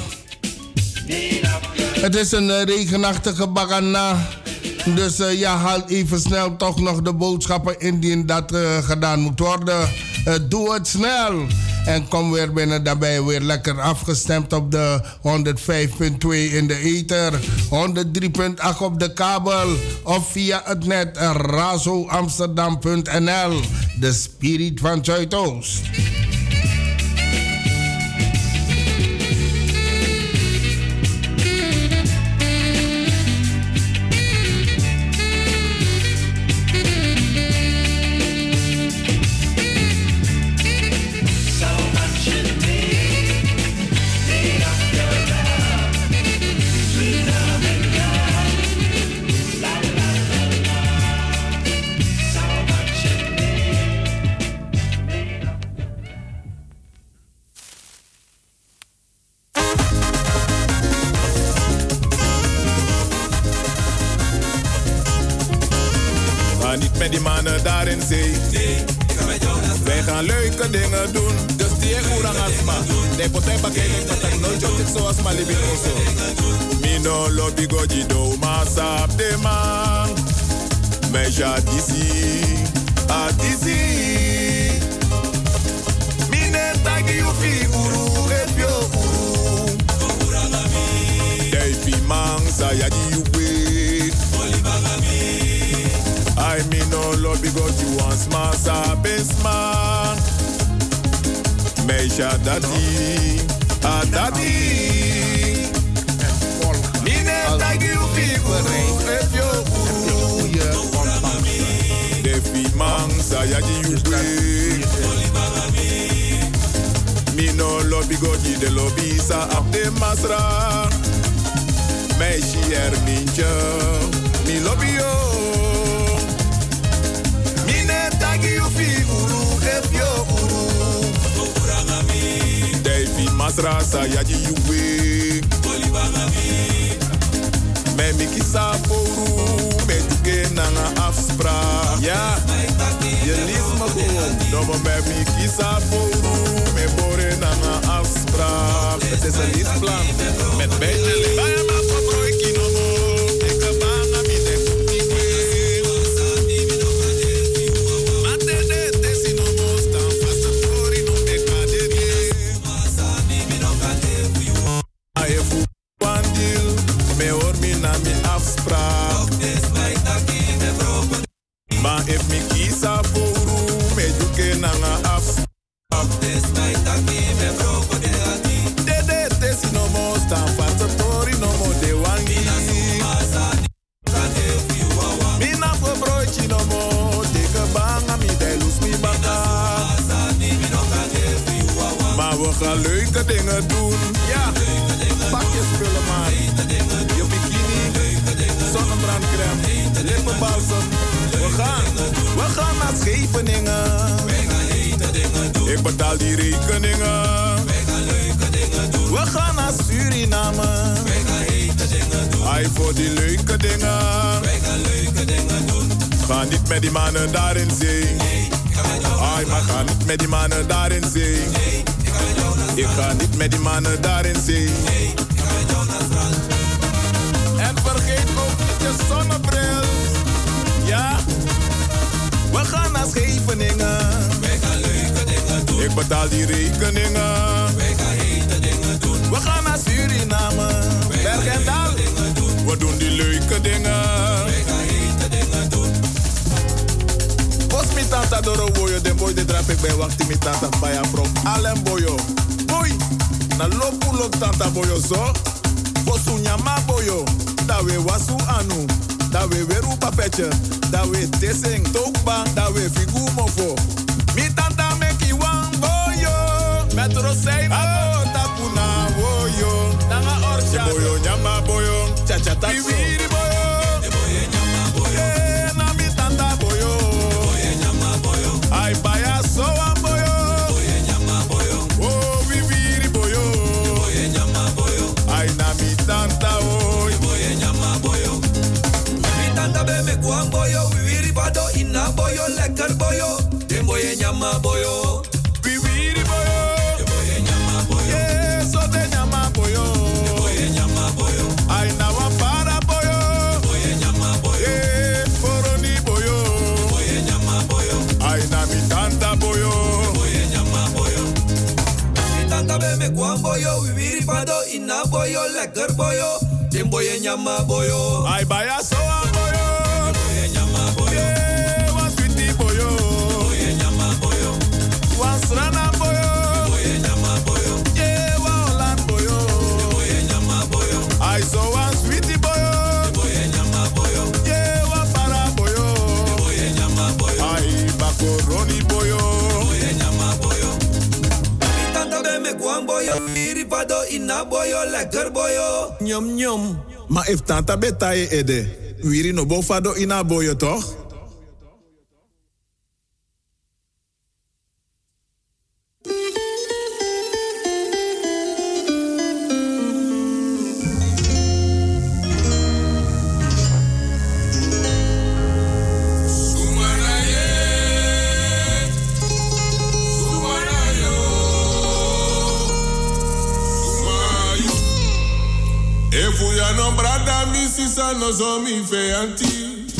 Het is een regenachtige bagana. Dus haal even snel toch nog de boodschappen indien dat gedaan moet worden. Doe het snel. En kom weer binnen, daarbij weer lekker afgestemd op de 105.2 in de ether, 103.8 op de kabel of via het net razoamsterdam.nl. De spirit van Zuidoost. Die mannen daar in zee. Nee, ik ga met Jonas. Wij gaan leuke dingen doen. Dus die ik oerang asma. De potay bakelen dat ik nooit op dit zoals Malibu oso. Mino lobby goji do masap de man. Meisha disi, disi. Mine tagi ufi uru efio uru. Deifi man sayadi uwe. I mean no lobby go you once massa besman. Meisha dati, dati. Mine tagi ufi if you de fi man sayadi uwe. Me no lobby go de lobby sa ap de masra. Meisje ermintje, mi lobby yo. Masra sayadi yuwe me mikisa poru me duke nanga afspraak. Ja, je liest me gewoon. Domo me mikisa poru me bore nanga afspraak. Het is een liefplan met beetje libaya maar voor broekie no mo. Ik heb banga mi de kukiwe. Mate de tesi no mo staan vast de tori no de kaderie. Ayefu wandil me hoor mi na mi afspraak. Maar if mi kisa poru me duke nanga afspraak. De tesi no mo staan vast de tori no mo de wangi. Mi na voor broodje no mo de banga mi de lus mi baka. Maar we gaan leuke dingen doen. Ja, pak je spullen maar. Je bikini, zonnebrandcrème, lippenbalsem. We gaan naar Scheveningen. Ik betaal die rekeningen. We gaan naar Suriname. Hij voor die leuke dingen. Ga niet met die mannen daar in zee. Ai, maar ga niet met die mannen daar in zee. Ik ga niet met die mannen daar in zee. En vergeet ook niet je zonnebril. Ja, we gaan naar Scheveningen. Ik betaal die rekeningen. We gaan naar Suriname. Berg en Dal. We doen die leuke dingen. Pos mi tanta doro boyo, den boy de drap ik bij wacht mi tanta baya from Alem boyo. Boy, na lopu lop tanta boyo zo. Posu nyama boyo, da we wasu anu, da we weru papetje, da we teseng tokba, da we figu mofo. Mi tanta meki wang boyo, metro say abo tapuna boyo, nanga orcha boyo nyama boyo. cha tak so. Wiri boyo. De boye nyama boyo. Na mi tanta boyo. Boye nyama boyo. Ai baya so am boyo. Boye nyama boyo. Oh wiri boyo. Boye nyama boyo. Ai na mi tanta o. Boye nyama boyo. Mi tanta be me kwam boyo. Wiri bado ina boyo lekker boyo. De boye nyama boyo. Wiri boyo. De boye nyama boyo. Yeah, so de nyama boyo. De boye nyama boyo. Ai na wa para boyo. De boye nyama boyo. Yeah, koroni boyo. De boye nyama boyo. Ai na mi tanta boyo. De boye nyama boyo. Mi tanta be me kwam boyo. Wiri bado ina boyo lekker boyo. De boye nyama boyo. Ai baya so am boyo. De boye nyama boyo. Yeah, wa sweetie boyo. De boye nyama boyo. Wa srana boyo. De boye nyama boyo. Yeah, wa Holland boyo. De boye nyama boyo. I saw one sweetie boyo. De boye nyama boyo. Yeah, wa para boyo. De boye nyama boyo. Ai bakoroni boyo. De boye nyama boyo. Mi tanta be me kwam boyo. Iri pado ina boyo lekker boyo. Nyom nyom. Maar if tanta betaye ede. Wiri no bofado ina boyo toch? Efuya no brada mi sisa no so mi fe anti.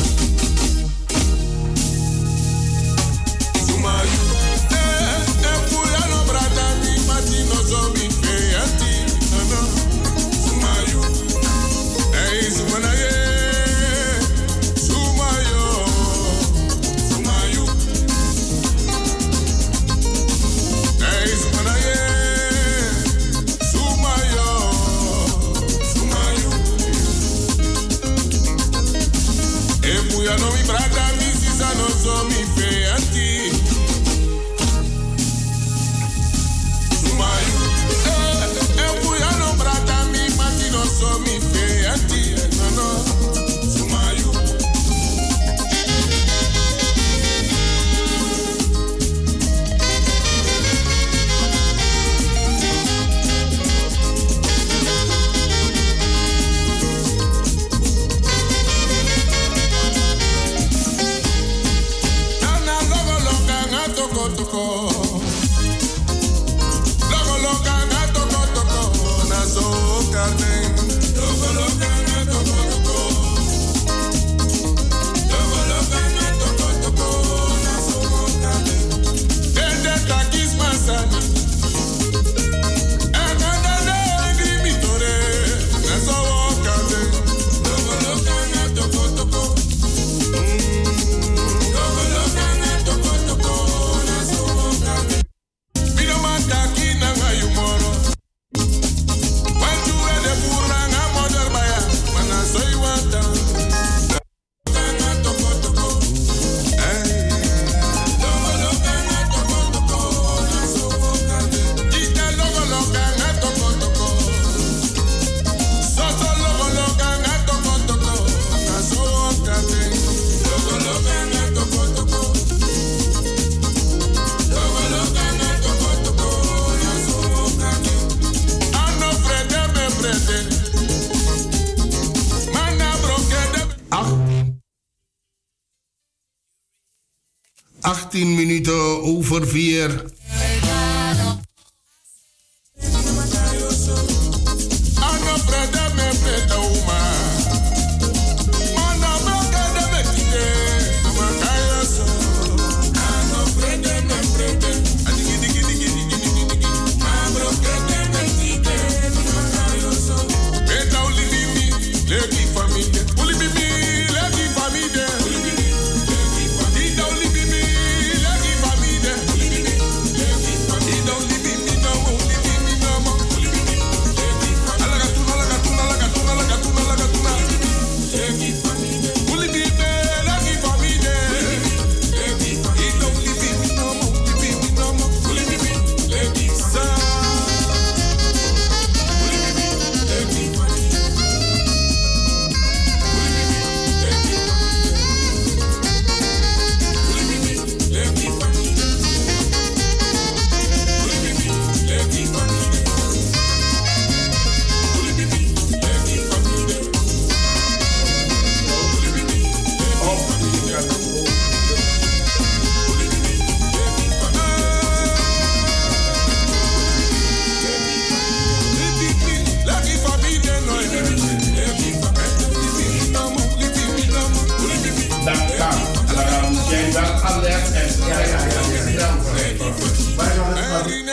Sumayu. Efuya no brada mi mati no so mi fe anti. No. Sumayu. Hey sumanaye. Sumayo. Sumayu. Hey sumanaye. Sumayo. Efuya no mi brada mi sisa no so mi fe anti. Sumayu. Efuya no brada mi mati no so mi fe anti. No. Sumayu. Toko toko, logo loca na toko toko, na so carne. Logo loca na toko toko, logo loca na toko toko, na so carne. Dende takis masani, ananda de grimitore, na so carne. Logo loca na toko toko, logo loca na toko toko. Minuten over 4.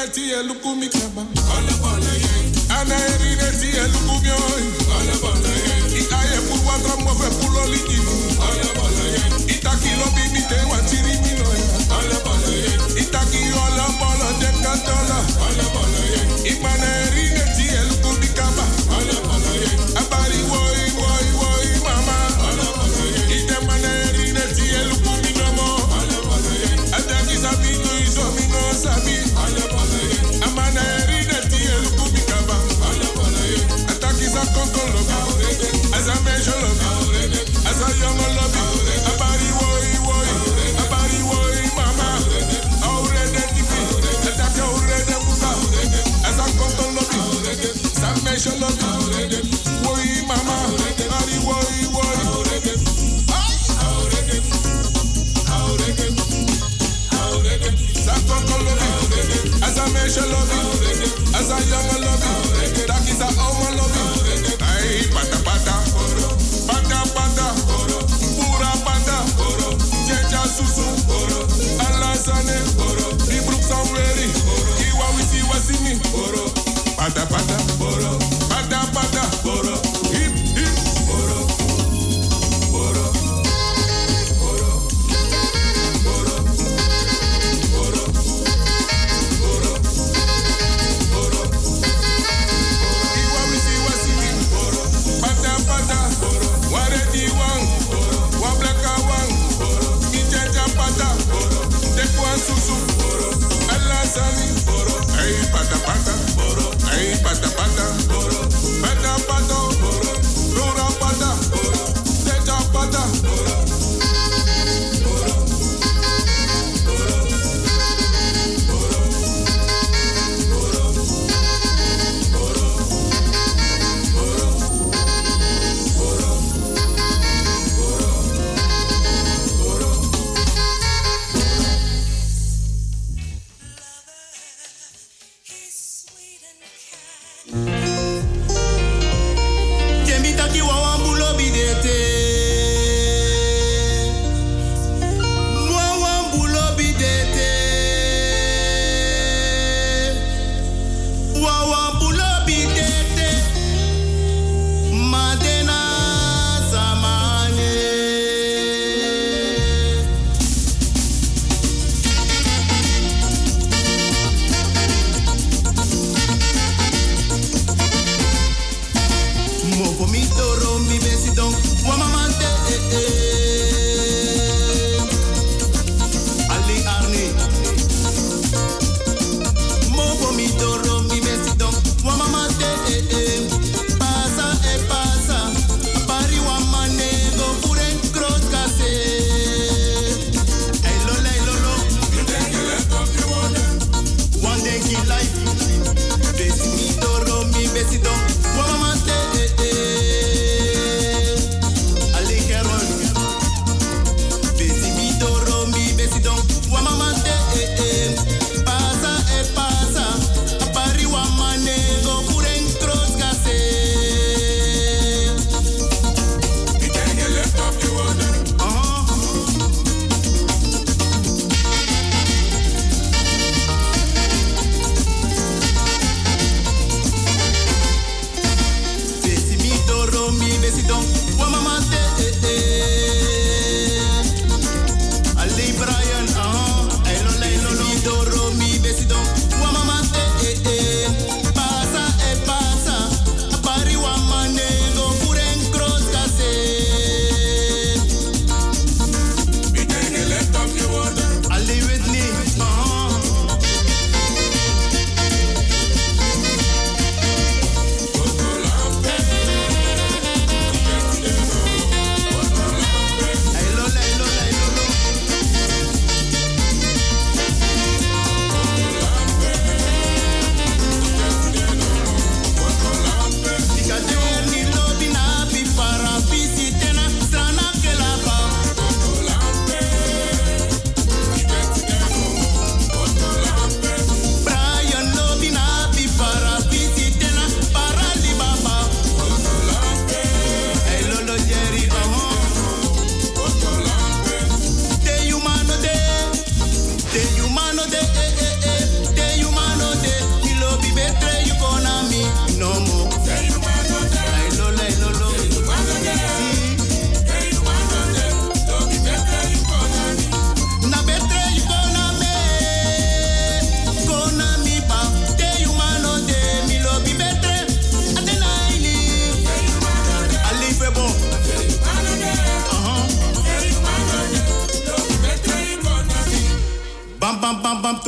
neti e luku mi kaba. Ana eri neti e luku mi oi. I aye pu watra mo fe pulo liki. Itaki lo bi mi te wa chiri mi no. Itaki ola bola de kantola. Imana eri neti e luku mi kaba. Abari woi woi woi mama. Ite mana eri neti e luku mi no mo. Ataki sabi no iso mi no sabi. Amana eri neti e luku mi kaba. Ataki sa konko lobi. As a measure lobi. As a young lobi. Abari woi woi. Abari woi mama. Aurede tipi. Ataki aurede muka. As a konko lobi. Sa measure lobi. Woi mama. Abari woi woi. Sa konko lobi. As a measure lobi. As a young lobi. Taki sa oma lobi. Ay pata pata. Pata pata. Pura pata. Jeja susu. Alasane. Di broek samweri. Iwa wisi wasimi. Pata pata. Pata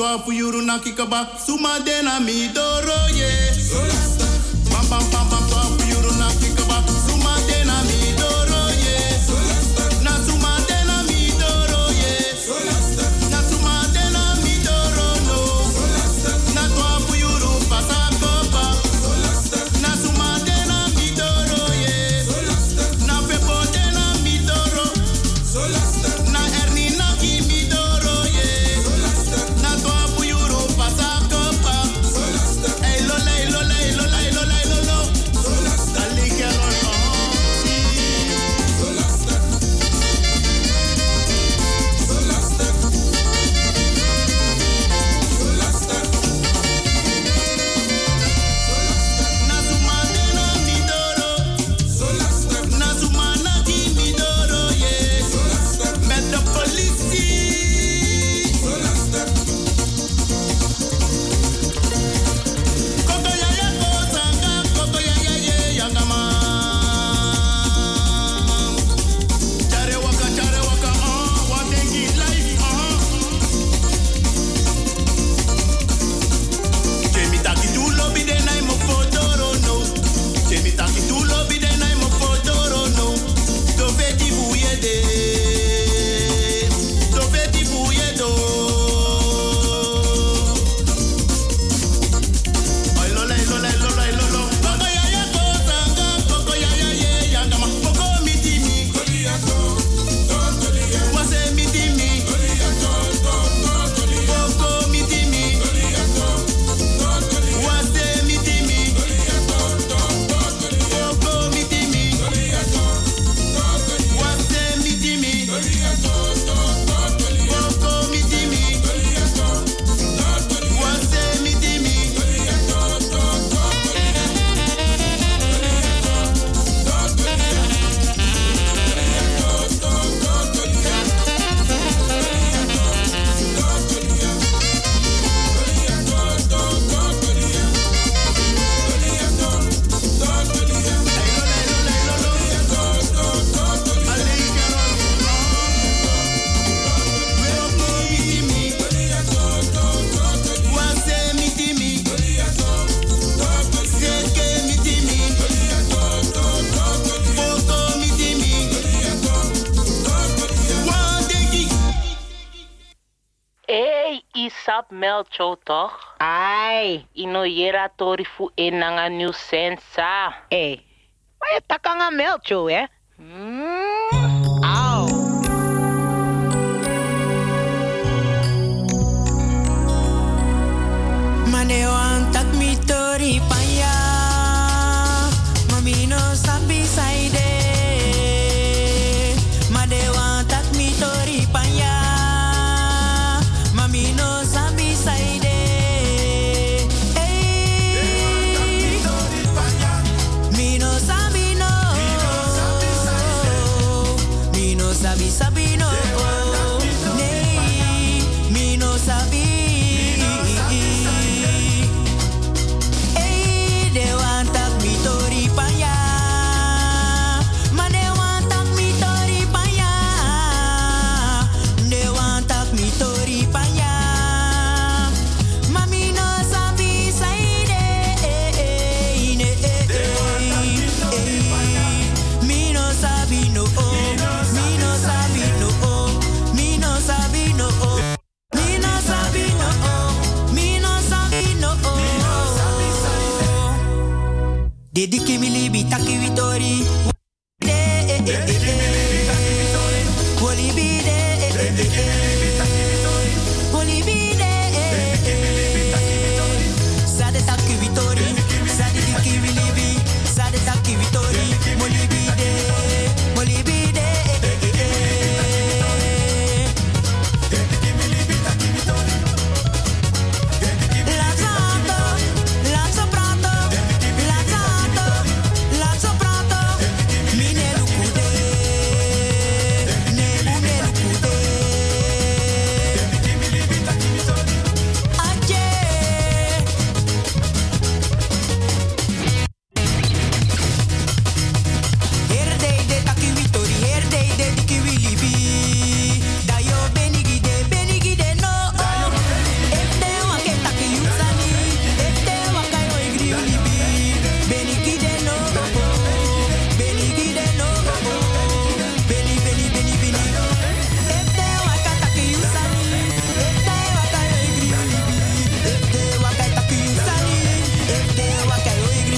twa fu yuru na kikaba suma dena mi doro ye. Pam pam pam pam twa fu yuru na kikaba suma dena mi doro ye. Na suma dena mi doro ye. Na suma dena mi doro no. Na twa fu yuru pasa kopa. Na suma dena mi doro ye. Na pepo dena mi doro. Na erni na ki mi doro ye. Na twa fu yuru pasa kopa. Ey lo lei lo lei lo lei lo lei lo lo. Dali que lo no. Melcho toch? Ai, inoyera tori fu enanga new sensa. Hey, maar je takanga Melcho, hè? Au. Mane wan tak mi tori paya. Mami no sabi saide. Mane wan tak mi tori paya. Mami no sabi saide. Mi no sabi no. Mi no sabi sabi no. Nee, mi no sabi. They want tak mi tori paya. Ma they want tak mi tori paya. They want tak mi tori paya. Mami no sabi saide. Mi no sabi no. Mi no sabi no. Mi no sabi no. Mi no sabi no. Mi no sabi no. Dedi kimi libi taki vitori. Sade taki vitori. Sade diki libi. Sade taki vitori. Molibide. Molibide. Lazzo prato. Lazzo prato. Mine lukude. Ne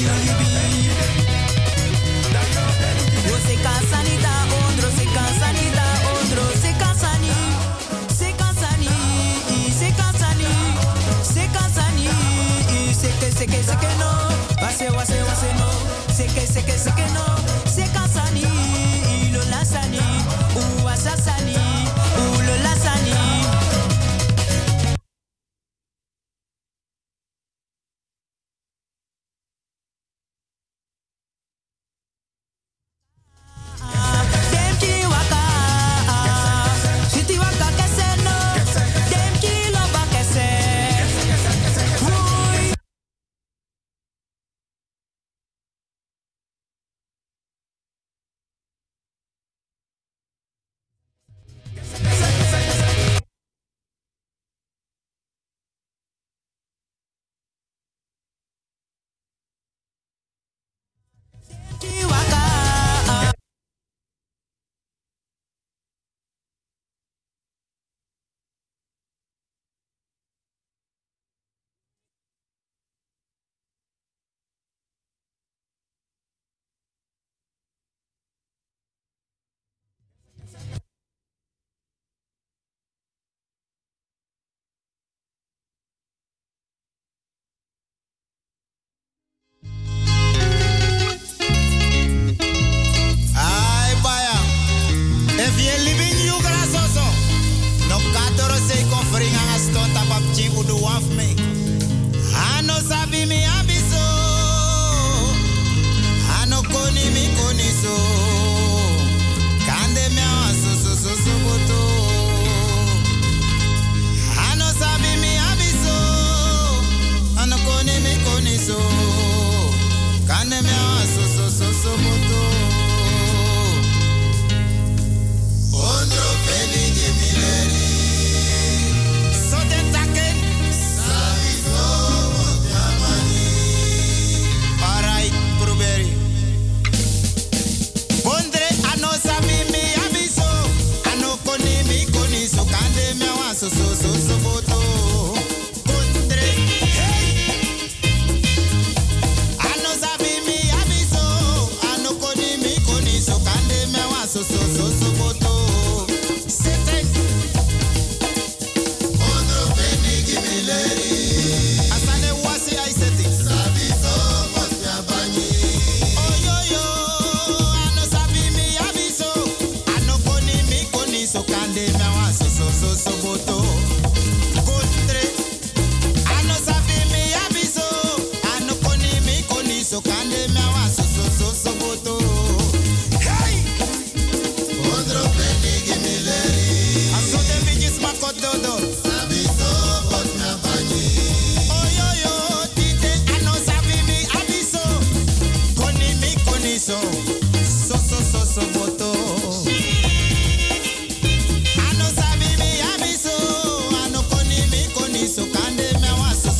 Você casanita, ondro, se casanita, ondro, se casani, se casani, se casani, se casani, se que no, wase no, se que no, se casani, lo lasani, asasani, lo lasani.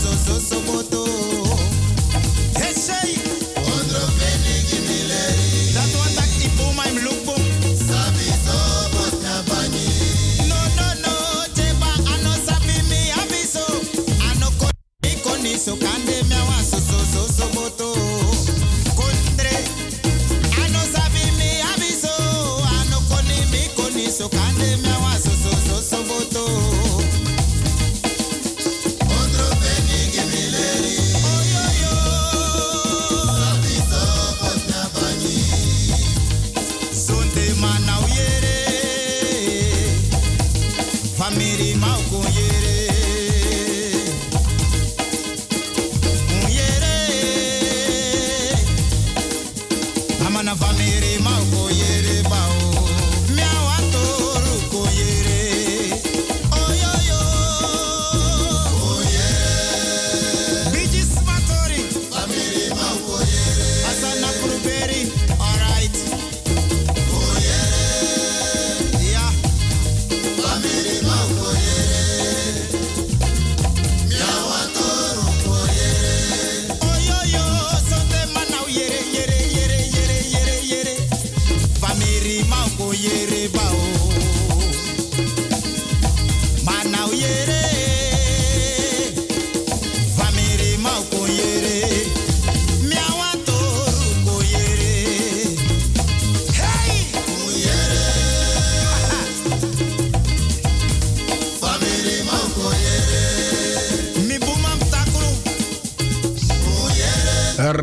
Hey, ondro penigi mileri.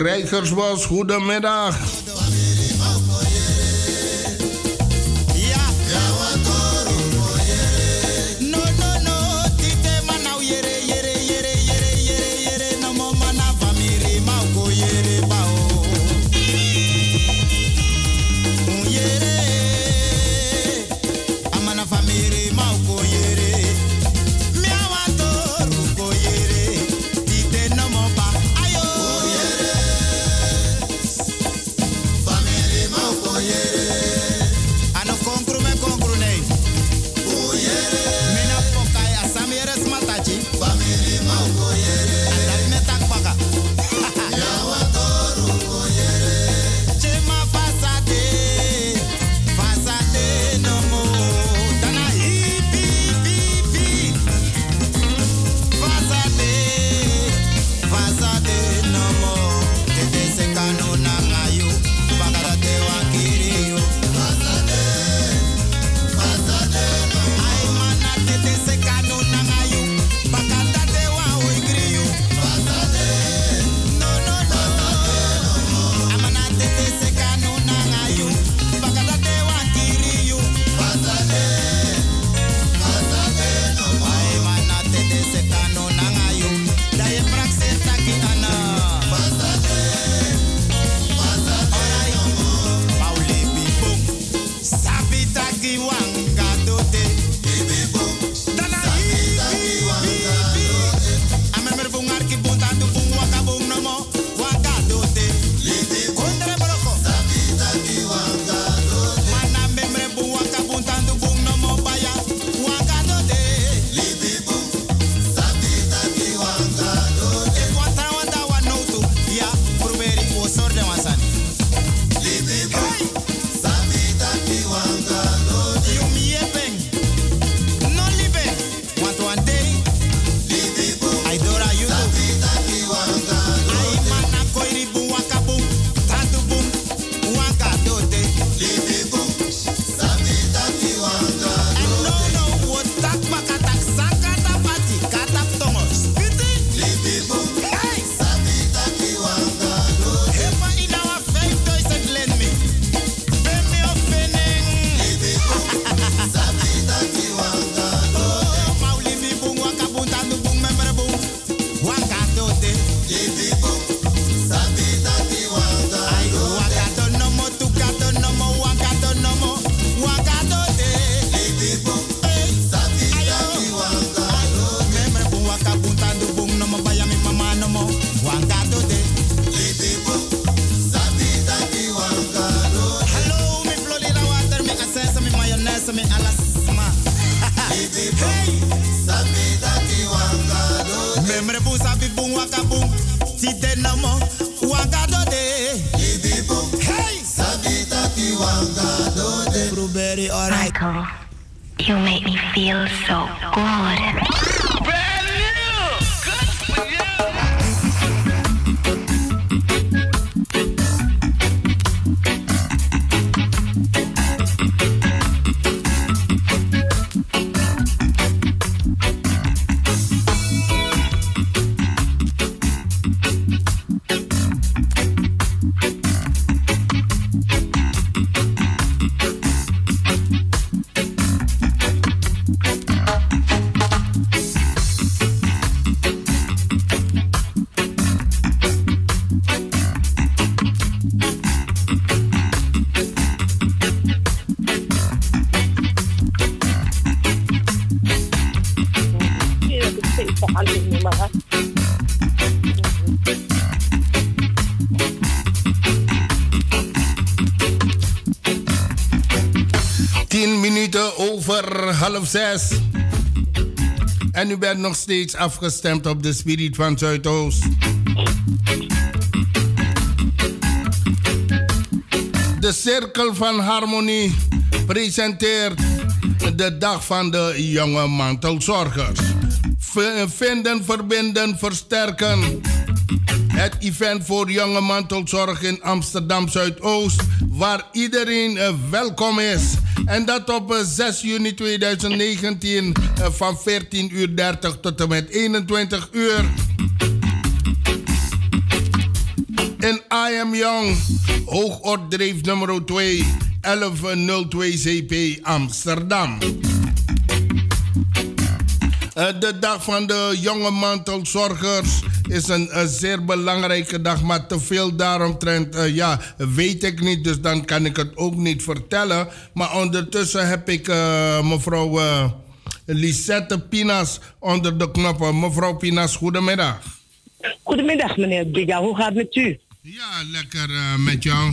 Krijgersbos, goedemiddag. Michael, you make me feel so good. Half 6. En u bent nog steeds afgestemd op de Spirit van Zuidoost. De Cirkel van Harmonie presenteert de Dag van de Jonge Mantelzorgers. Vinden, verbinden, versterken. Het event voor jonge mantelzorg in Amsterdam Zuidoost, waar iedereen welkom is. En dat op 6 juni 2019 van 14:30 tot en met 21 uur. In I Am Young, Hoogordreef nummer 2, 1102 CP Amsterdam. De dag van de jonge mantelzorgers is een zeer belangrijke dag, maar te veel daaromtrent weet ik niet, dus dan kan ik het ook niet vertellen. Maar ondertussen heb ik mevrouw Lisette Pinas onder de knoppen. Mevrouw Pinas, goedemiddag. Goedemiddag meneer Biga, hoe gaat het met u? Ja, lekker met jou.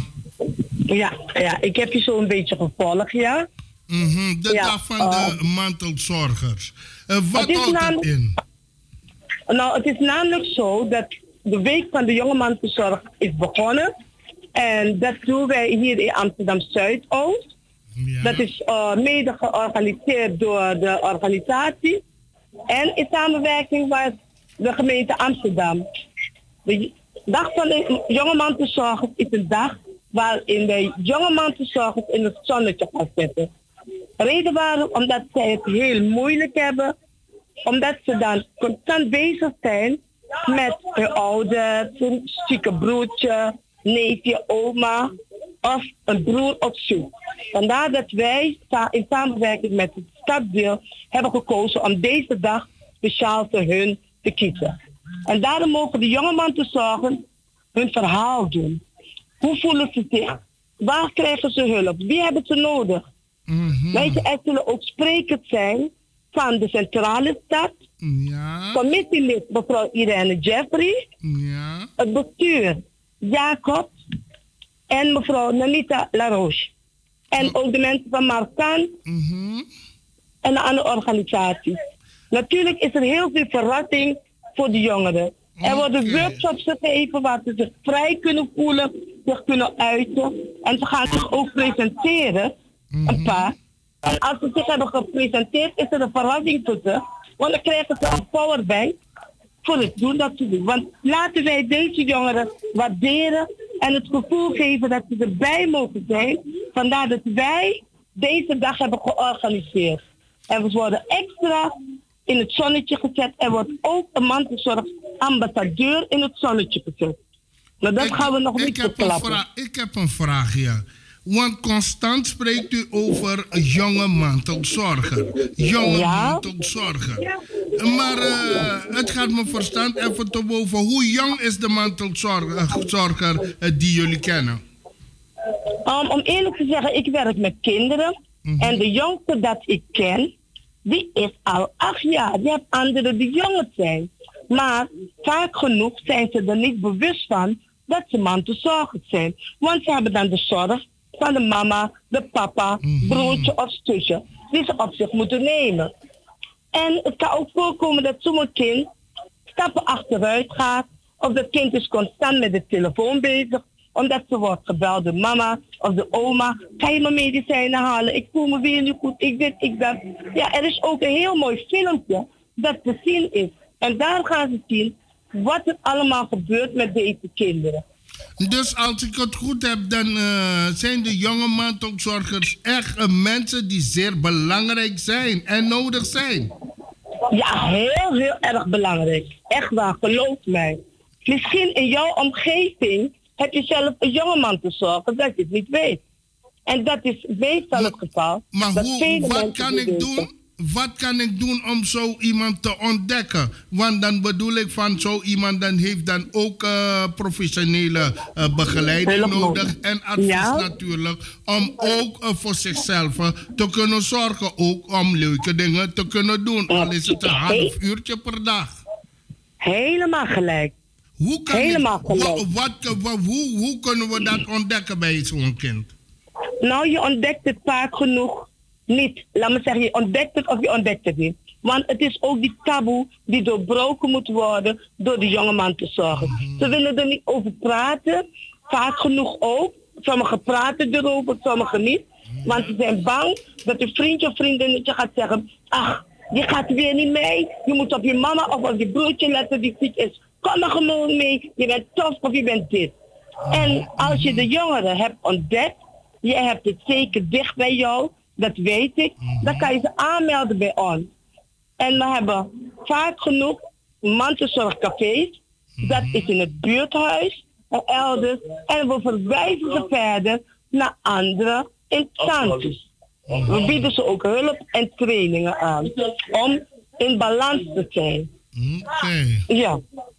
Ja, ik heb je zo een beetje gevolgd, ja. De dag van de mantelzorgers. Wat houdt het in? Nou, het is namelijk zo dat de week van de jonge mantelzorg is begonnen. En dat doen wij hier in Amsterdam Zuidoost. Ja. Dat is mede georganiseerd door de organisatie. En in samenwerking met de gemeente Amsterdam. De dag van de jonge mantelzorgers is een dag waarin wij jonge mantelzorgers in het zonnetje gaan zetten. Reden waarom? Omdat zij het heel moeilijk hebben. Omdat ze dan constant bezig zijn met hun ouders, hun zieke broertje, neefje, oma of een broer op zoek. Vandaar dat wij in samenwerking met het stadsdeel hebben gekozen om deze dag speciaal voor hun te kiezen. En daarom mogen de jonge mantelzorgers hun verhaal doen. Hoe voelen ze zich? Waar krijgen ze hulp? Wie hebben ze nodig? Weet je, er zullen ook sprekers zijn van de centrale stad, commissielid mevrouw Irene Jeffrey, het bestuur Jacob en mevrouw Nanita Laroche. En ook de mensen van Marcan en de andere organisaties. Natuurlijk is er heel veel verrassing voor de jongeren. Er worden workshops gegeven waar ze zich vrij kunnen voelen, zich kunnen uiten. En ze gaan zich ook presenteren, een paar. En als ze zich hebben gepresenteerd, is er een verrassing voor ze. Want dan krijgen ze een powerbank voor het doen dat ze doen. Want laten wij deze jongeren waarderen en het gevoel geven dat ze erbij mogen zijn. Vandaar dat wij deze dag hebben georganiseerd. En we worden extra in het zonnetje gezet. Er wordt ook een mantelzorgambassadeur in het zonnetje gezet. Maar dat gaan we nog niet verklappen. Ik heb een vraag hier. Want constant spreekt u over jonge mantelzorger. Mantelzorger. Maar het gaat me verstand even te boven. Hoe jong is de mantelzorger die jullie kennen? Om eerlijk te zeggen, ik werk met kinderen. En de jongste dat ik ken, die is al 8 jaar. Die hebben anderen die jonger zijn. Maar vaak genoeg zijn ze er niet bewust van dat ze mantelzorgers zijn. Want ze hebben dan de zorg van de mama, de papa, broertje of zusje, die ze op zich moeten nemen. En het kan ook voorkomen dat zo'n kind stappen achteruit gaat, of dat kind is constant met de telefoon bezig, omdat ze wordt gebeld door mama of de oma. Ga je mijn medicijnen halen? Ik voel me weer niet goed, ik dit, ik dat. Ja, er is ook een heel mooi filmpje dat te zien is. En daar gaan ze zien wat er allemaal gebeurt met deze kinderen. Dus als ik het goed heb, dan zijn de jonge mantelzorgers echt mensen die zeer belangrijk zijn en nodig zijn. Ja, heel erg belangrijk. Echt waar, geloof mij. Misschien in jouw omgeving heb je zelf een jonge mantelzorger dat je het niet weet. En dat is meestal het geval. Maar wat kan ik doen om zo iemand te ontdekken? Want dan bedoel ik van zo iemand dan heeft dan ook professionele begeleiding nodig. En advies natuurlijk. Om ook voor zichzelf te kunnen zorgen. Ook om leuke dingen te kunnen doen. Al is het een half uurtje per dag. Helemaal gelijk. Hoe kunnen we dat ontdekken bij zo'n kind? Nou, je ontdekt het vaak genoeg niet. Laat me zeggen, je ontdekt het of je ontdekt het niet. Want het is ook die taboe die doorbroken moet worden door de jonge mantelzorgers. Ze willen er niet over praten. Vaak genoeg ook. Sommigen praten erover, sommigen niet. Want ze zijn bang dat een vriendje of vriendinnetje gaat zeggen, ach, je gaat weer niet mee. Je moet op je mama of op je broertje letten die ziek is. Kom maar gewoon mee. Je bent tof of je bent dit. En als je de jongeren hebt ontdekt, je hebt het zeker dicht bij jou, dat weet ik, dan kan je ze aanmelden bij ons. En we hebben vaak genoeg mantelzorgcafés. Dat is in het buurthuis en elders. En we verwijzen ze verder naar andere instanties. We bieden ze ook hulp en trainingen aan om in balans te zijn. Oké. Ja.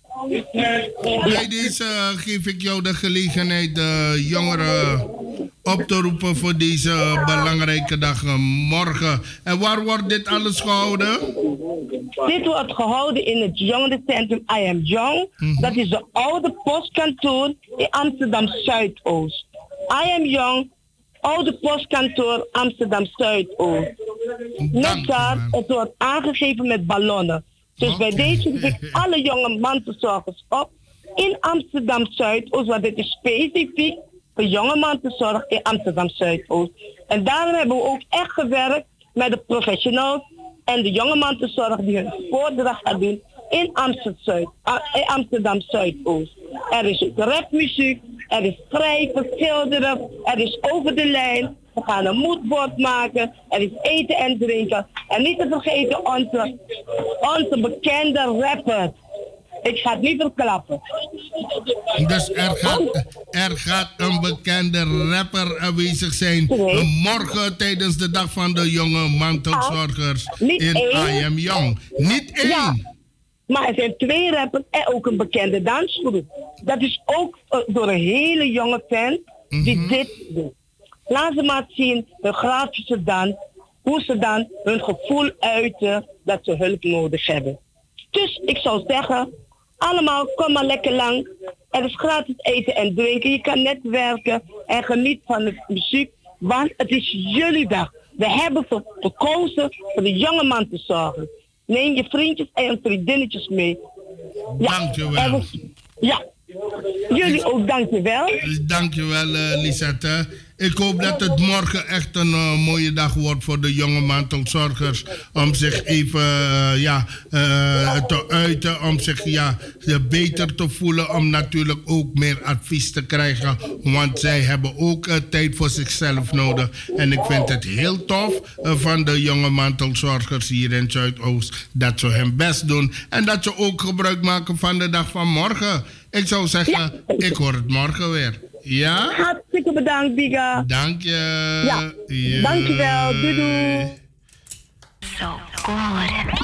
Bij deze geef ik jou de gelegenheid de jongeren op te roepen voor deze belangrijke dag morgen. En waar wordt dit alles gehouden? Dit wordt gehouden in het jongerencentrum I Am Young. Dat is de oude postkantoor in Amsterdam Zuidoost. I Am Young, oude postkantoor Amsterdam Zuidoost. Net daar, het wordt aangegeven met ballonnen. Dus bij deze roep ik alle jonge mantelzorgers op in Amsterdam Zuidoost, want dit is specifiek voor jonge mantelzorg in Amsterdam Zuidoost. En daarom hebben we ook echt gewerkt met de professionals en de jonge mantelzorg die hun voordracht gaan doen in Amsterdam Zuidoost. Er is ook rapmuziek, er is schrijven, schilderen, er is over de lijn. We gaan een moodboard maken, er is eten en drinken. En niet te vergeten onze bekende rapper. Ik ga het niet verklappen. Dus er gaat een bekende rapper aanwezig zijn morgen tijdens de dag van de jonge mantelzorgers in I Am Young. Niet één. Ja, maar er zijn 2 rappers en ook een bekende dansgroep. Dat is ook door een hele jonge fan die dit doet. Laat ze maar zien, hun grafische dans, hoe ze dan hun gevoel uiten dat ze hulp nodig hebben. Dus ik zou zeggen, allemaal kom maar lekker lang. Er is gratis eten en drinken. Je kan netwerken en geniet van de muziek, want het is jullie dag. We hebben gekozen voor de jonge man te zorgen. Neem je vriendjes en vriendinnetjes mee. Ja, dankjewel. Ja, jullie ook dankjewel. Dankjewel Lisette. Ik hoop dat het morgen echt een mooie dag wordt voor de jonge mantelzorgers. Om zich even te uiten, om zich beter te voelen. Om natuurlijk ook meer advies te krijgen. Want zij hebben ook tijd voor zichzelf nodig. En ik vind het heel tof van de jonge mantelzorgers hier in Zuidoost. Dat ze hun best doen. En dat ze ook gebruik maken van de dag van morgen. Ik zou zeggen, ik hoor het morgen weer. Ja? Hartstikke bedankt, Biga. Dank je. Ja, dankjewel. Doei doei. So good.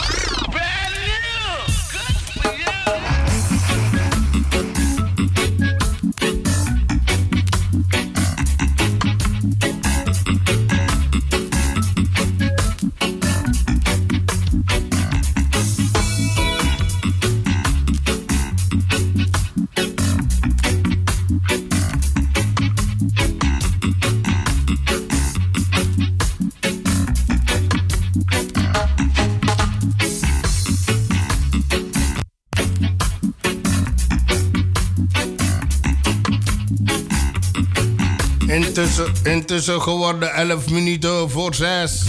Intussen geworden 11 minuten voor 6.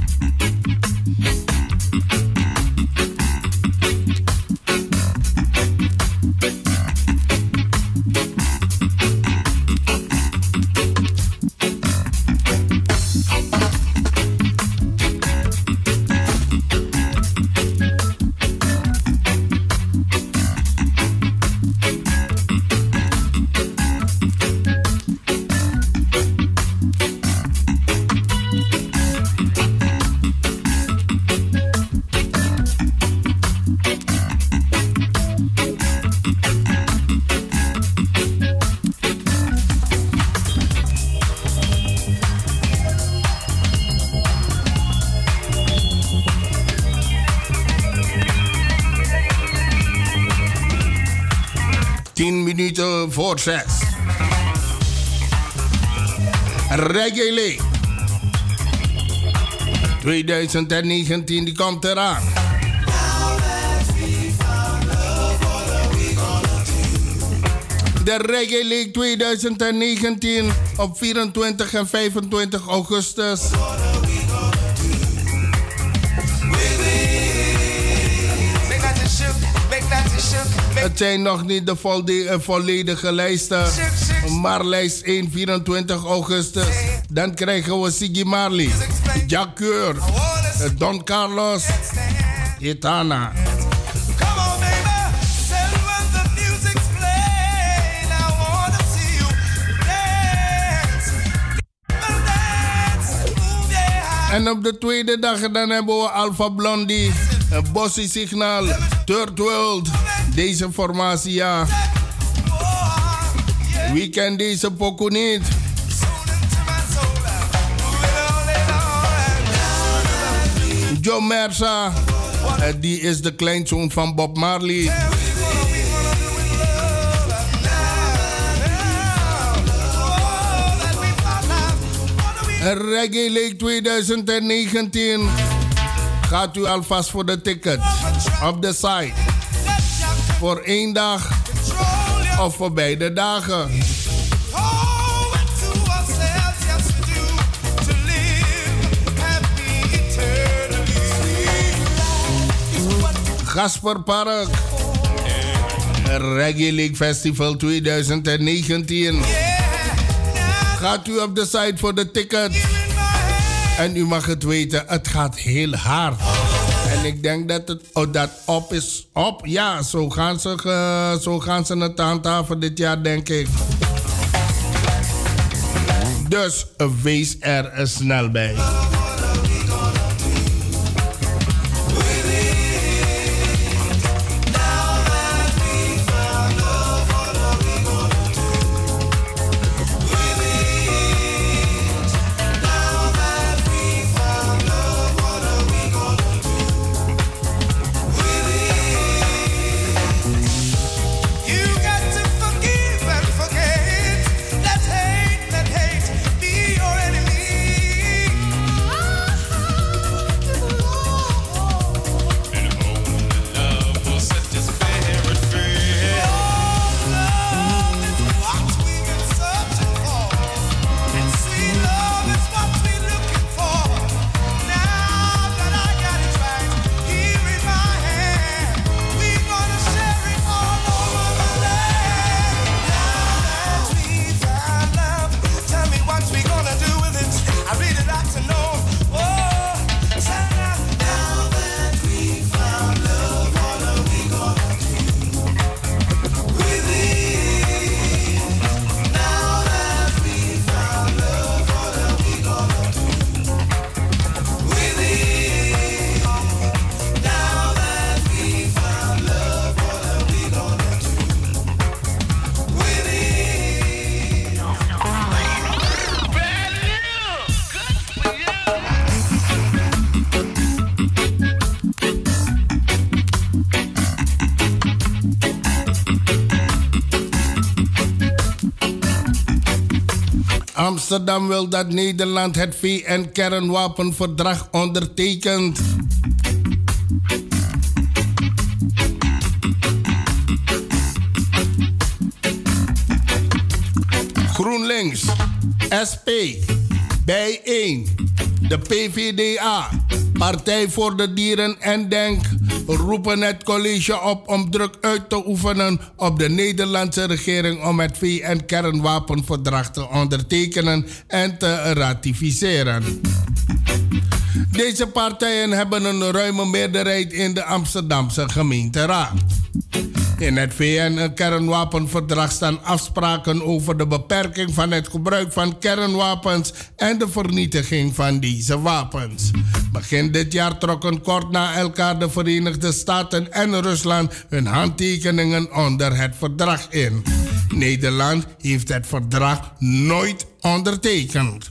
Voor 6. Reggae League 2019, die komt eraan. De Reggae League 2019 op 24 en 25 augustus. Het zijn nog niet de volledige lijsten, maar lijst 1, 24 augustus. Dan krijgen we Siggy Marley, Jack Keur, Don Carlos, Etana. En op de tweede dag dan hebben we Alpha Blondie, Bossy Signaal, Third World. Deze formatie, ja. Wie kent deze pokoe niet? Joe Mersa, die is de kleinzoon van Bob Marley. Reggae Lake 2019. Gaat u alvast voor de ticket op de site. Voor 1 dag of voor beide dagen. Gasperpark. Reggae Lake Festival 2019. Gaat u op de site voor de ticket. En u mag het weten, het gaat heel hard. En ik denk dat het dat op is. Op, ja, zo gaan ze het handhaven dit jaar, denk ik. Dus wees er snel bij. Amsterdam wil dat Nederland het VN-kernwapenverdrag ondertekent. GroenLinks, SP, Bijeen, de PVDA, Partij voor de Dieren en Denk roepen het college op om druk uit te oefenen op de Nederlandse regering om het VN-kernwapenverdrag te ondertekenen en te ratificeren. Deze partijen hebben een ruime meerderheid in de Amsterdamse gemeenteraad. In het VN-kernwapenverdrag staan afspraken over de beperking van het gebruik van kernwapens en de vernietiging van deze wapens. Begin dit jaar trokken kort na elkaar de Verenigde Staten en Rusland hun handtekeningen onder het verdrag in. Nederland heeft het verdrag nooit ondertekend.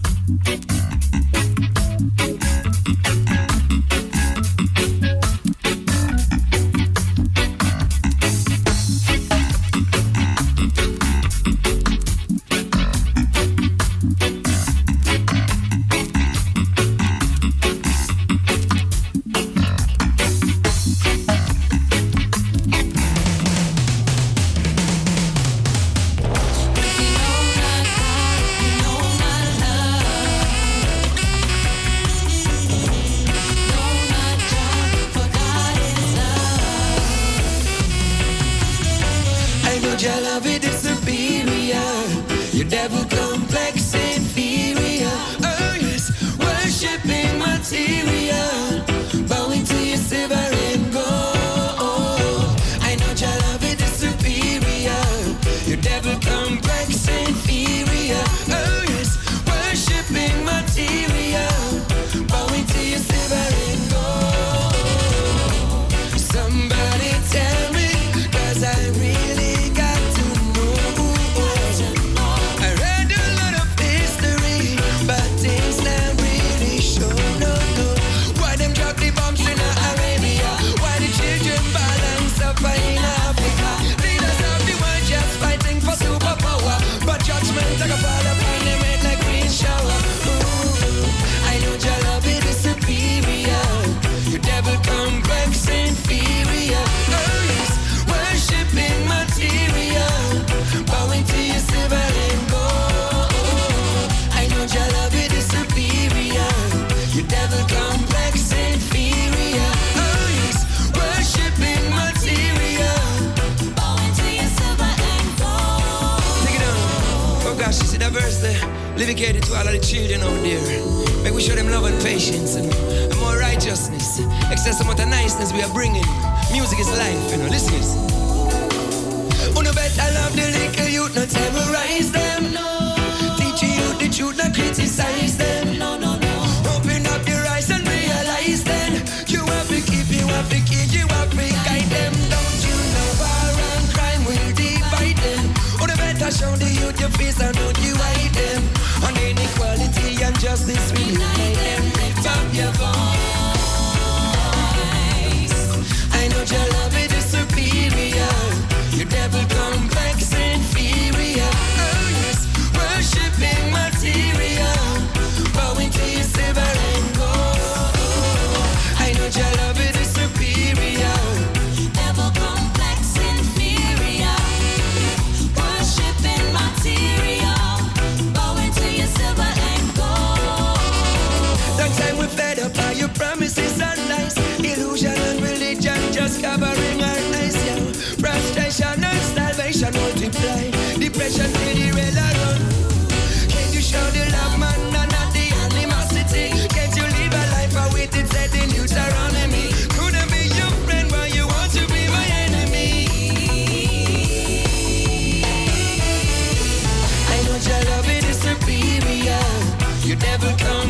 Bowing Diversity, dedicated to all of the children out there. Make we show them love and patience and more righteousness. Excess amount of niceness we are bringing. Music is life, you know. Listen this. Uno better love the little youth, not terrorize them. No. Teach you the truth, not criticize them. No, no, no. Open up your eyes and realize then. You have to keep, you have to keep, you have to guide them. Don't you know war and crime will divide them? Uno better show the youth your face and don't you hide them. On inequality and justice will unite them. Lift up your voice. I know your love it is superior. Your devil complex inferior. Oh yes, worshipping material, bowing to your silver and gold. I know your love it is superior. Devil complex inferior, worshipping material, bowing to your silver and gold. Long time we fed up by your promises and lies, illusion and religion just covering our eyes. Frustration and starvation multiply. Depression till the red run. Can you show the love, man, and not the animosity? Can't you live a life with it said the youth around me? Couldn't be your friend while you want to be my enemy. I know your love it is superior. You never come